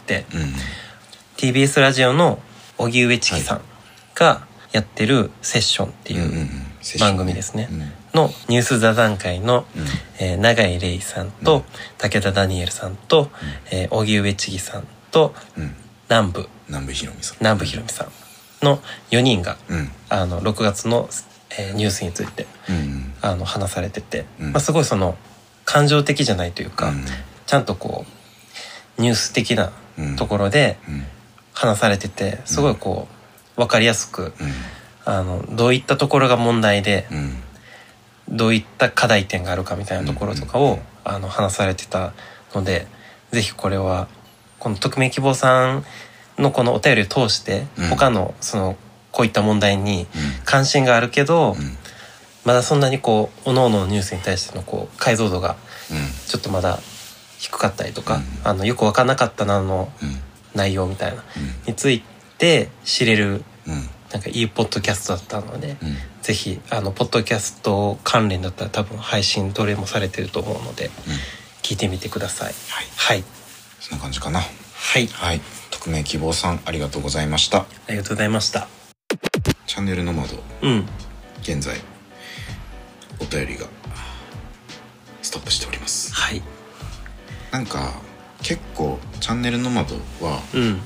Speaker 1: 、TBS ラジオの荻上チキさんがやってるセッションっていう番組ですね、のニュース座談会の、永井玲さんと、武田ダニエルさんと、荻上チキさんと、南部ひろみさんの4人が、6月の、ニュースについて、話されてて、すごいその感情的じゃないというか、ちゃんとこうニュース的なところで話されてて、すごいこう分かりやすく、どういったところが問題で、どういった課題点があるかみたいなところとかを、話されてたので、ぜひこれはこの匿名希望さんのこのお便りを通して、他のこういった問題に関心があるけど、まだそんなにこう各々のニュースに対してのこう解像度がちょっとまだ低かったりとか、よく分かんなかったなの内容みたいな、について知れる、なんかいいポッドキャストだったので、ぜひポッドキャスト関連だったら多分配信どれもされてると思うので、聞いてみてください。
Speaker 2: そんな感じかな。匿名希望さん、ありがとうございました。
Speaker 1: ありがとうございました。
Speaker 2: チャンネルの窓、現在お便りがストップしております。なんか結構チャンネルの窓は、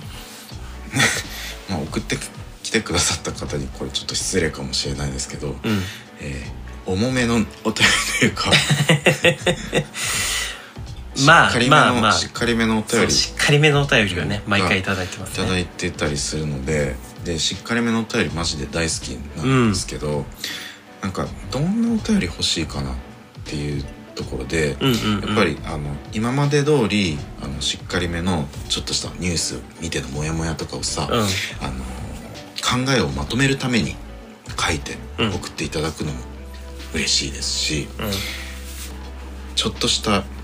Speaker 2: 送ってきてくださった方にこれちょっと失礼かもしれないですけど、重めのお便りというかしっかりめのお便りをね、毎回いただいてますね。いただいてたりするので、しっかりめのお便りマジで大好きなんですけど、なんかどんなお便り欲しいかなっていうところで、やっぱり今まで通りしっかりめのちょっとしたニュース見てのモヤモヤとかをさ、考えをまとめるために書いて送っていただくのも嬉しいですし、ちょっとした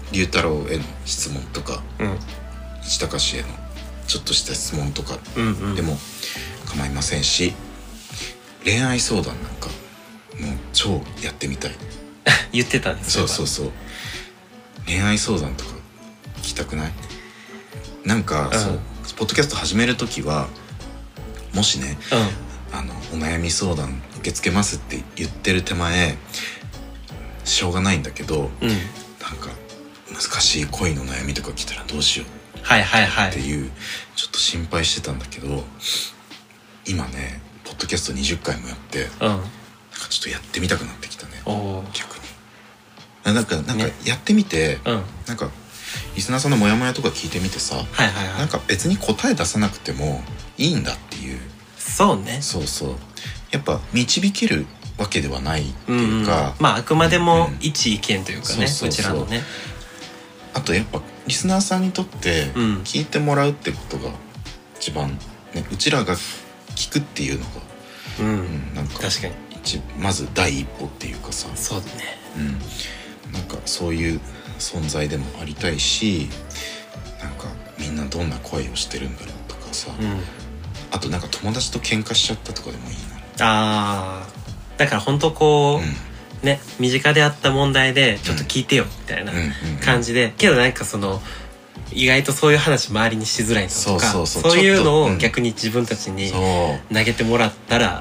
Speaker 2: 龍太郎への質問とか、
Speaker 1: うん、
Speaker 2: 市高氏へのちょっとした質問とかでも構いませんし、恋愛相談なんかもう超やってみたい
Speaker 1: 言ってたんです
Speaker 2: よ。そう恋愛相談とか聞きたくない？なんか、そうポッドキャスト始める時はもしね、お悩み相談受け付けますって言ってる手前しょうがないんだけど、なんか難しい恋の悩みとか来たらどうしようっていうちょっと心配してたんだけど、今ねポッドキャスト20回もやって、なんかちょっとやってみたくなってきたね。逆になんかやってみて、なんかリスナーさんのモヤモヤとか聞いてみてさ、なんか別に答え出さなくてもいいんだっていう。
Speaker 1: そうね。
Speaker 2: そうやっぱ導けるわけではないっていうか、
Speaker 1: まああくまでも一意見というかね、うちらのね。
Speaker 2: あとやっぱリスナーさんにとって聞いてもらうってことが一番ね、うちらが聞くっていうのが、なんか
Speaker 1: 確かに
Speaker 2: まず第一歩っていうかさ、
Speaker 1: そうだね、
Speaker 2: なんかそういう存在でもありたいし、なんかみんなどんな恋をしてるんだろうとかさ、あとなんか友達と喧嘩しちゃったとかでもいい
Speaker 1: な。だから本当こう、ね、身近であった問題でちょっと聞いてよみたいな感じで、けどなんかその意外とそういう話周りにしづらいのとか、そういうのを逆に自分たちに投げてもらったら、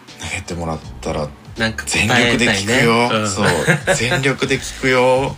Speaker 1: なんか
Speaker 2: 全力で聞くよ、そう全力で聞くよ。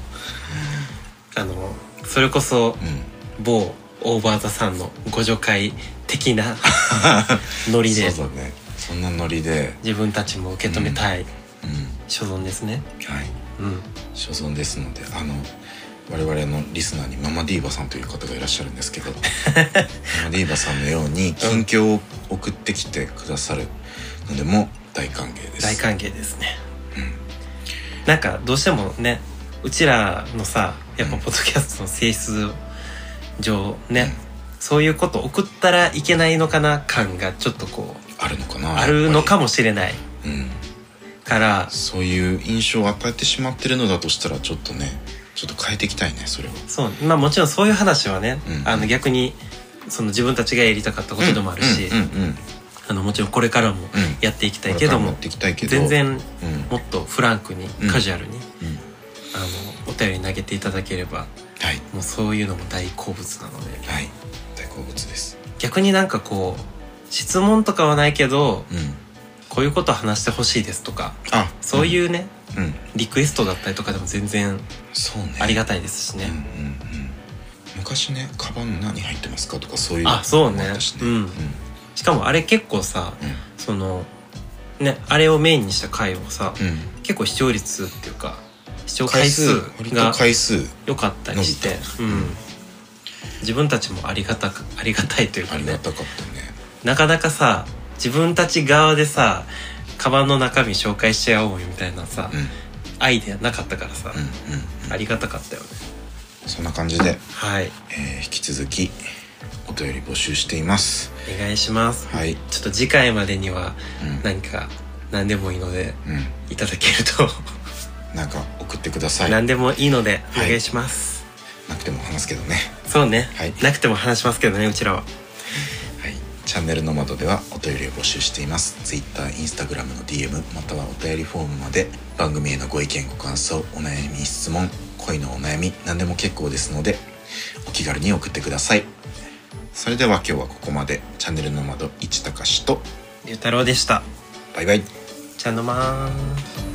Speaker 1: それこそ、某オーバーザさんのご助会的なノリで、
Speaker 2: そうだね、そんなノリで
Speaker 1: 自分たちも受け止めたい、所存ですね。
Speaker 2: はい、所存ですので、我々のリスナーにママディーバさんという方がいらっしゃるんですけどママディーバさんのように近況を送ってきてくださるのでも大歓迎です。
Speaker 1: 大歓迎ですね。なんかどうしてもね、うちらのさ、やっぱポッドキャストの性質上ね、そういうこと送ったらいけないのかな感がちょっとこう
Speaker 2: あるのかな、
Speaker 1: あるのかもしれない、から、
Speaker 2: そういう印象を与えてしまってるのだとしたらちょっと変えていきたいね、それを。
Speaker 1: そう、まあもちろんそういう話はね、逆にその自分たちがやりたかったことでもあるし、もちろんこれからもやっていきたいけども、全然もっとフランクに、カジュアルに、お便り投げていただければ、もうそういうのも大好物なので、
Speaker 2: 大好物です。
Speaker 1: 逆になんかこう質問とかはないけど、こういうこと話してほしいですとか、そういうね、リクエストだったりとかでも全然ありがたいですしね。
Speaker 2: 昔ね、カバン何入ってますかとかそういう
Speaker 1: のそうね、しかもあれ結構さ、そのね、あれをメインにした回をさ、結構視聴率っていうか視聴回数が良かったりして、自分たちもありがたいというかね、
Speaker 2: ありがたかったね。
Speaker 1: なかなかさ、自分たち側でさ、カバンの中身紹介しちゃおうよみたいなさ、アイデアなかったからさ、ありがたかったよね。
Speaker 2: そんな感じで、引き続きお便り募集しています。
Speaker 1: お願いします。ちょっと次回までには何か何でもいいので、いただけると
Speaker 2: なんか送ってください。
Speaker 1: 何でもいいのでお願いします。
Speaker 2: なくても話すけどね。
Speaker 1: そうね、なくても話しますけどね、うちらは。
Speaker 2: チャンネルの窓ではお便りを募集しています。 Twitter、Instagram の DM またはお便りフォームまで番組へのご意見ご感想、お悩み質問、恋のお悩み何でも結構ですのでお気軽に送ってください。それでは今日はここまで。チャンネルの窓、市高志と
Speaker 1: 龍太郎でした。
Speaker 2: バイバイ。
Speaker 1: チャンノマーン。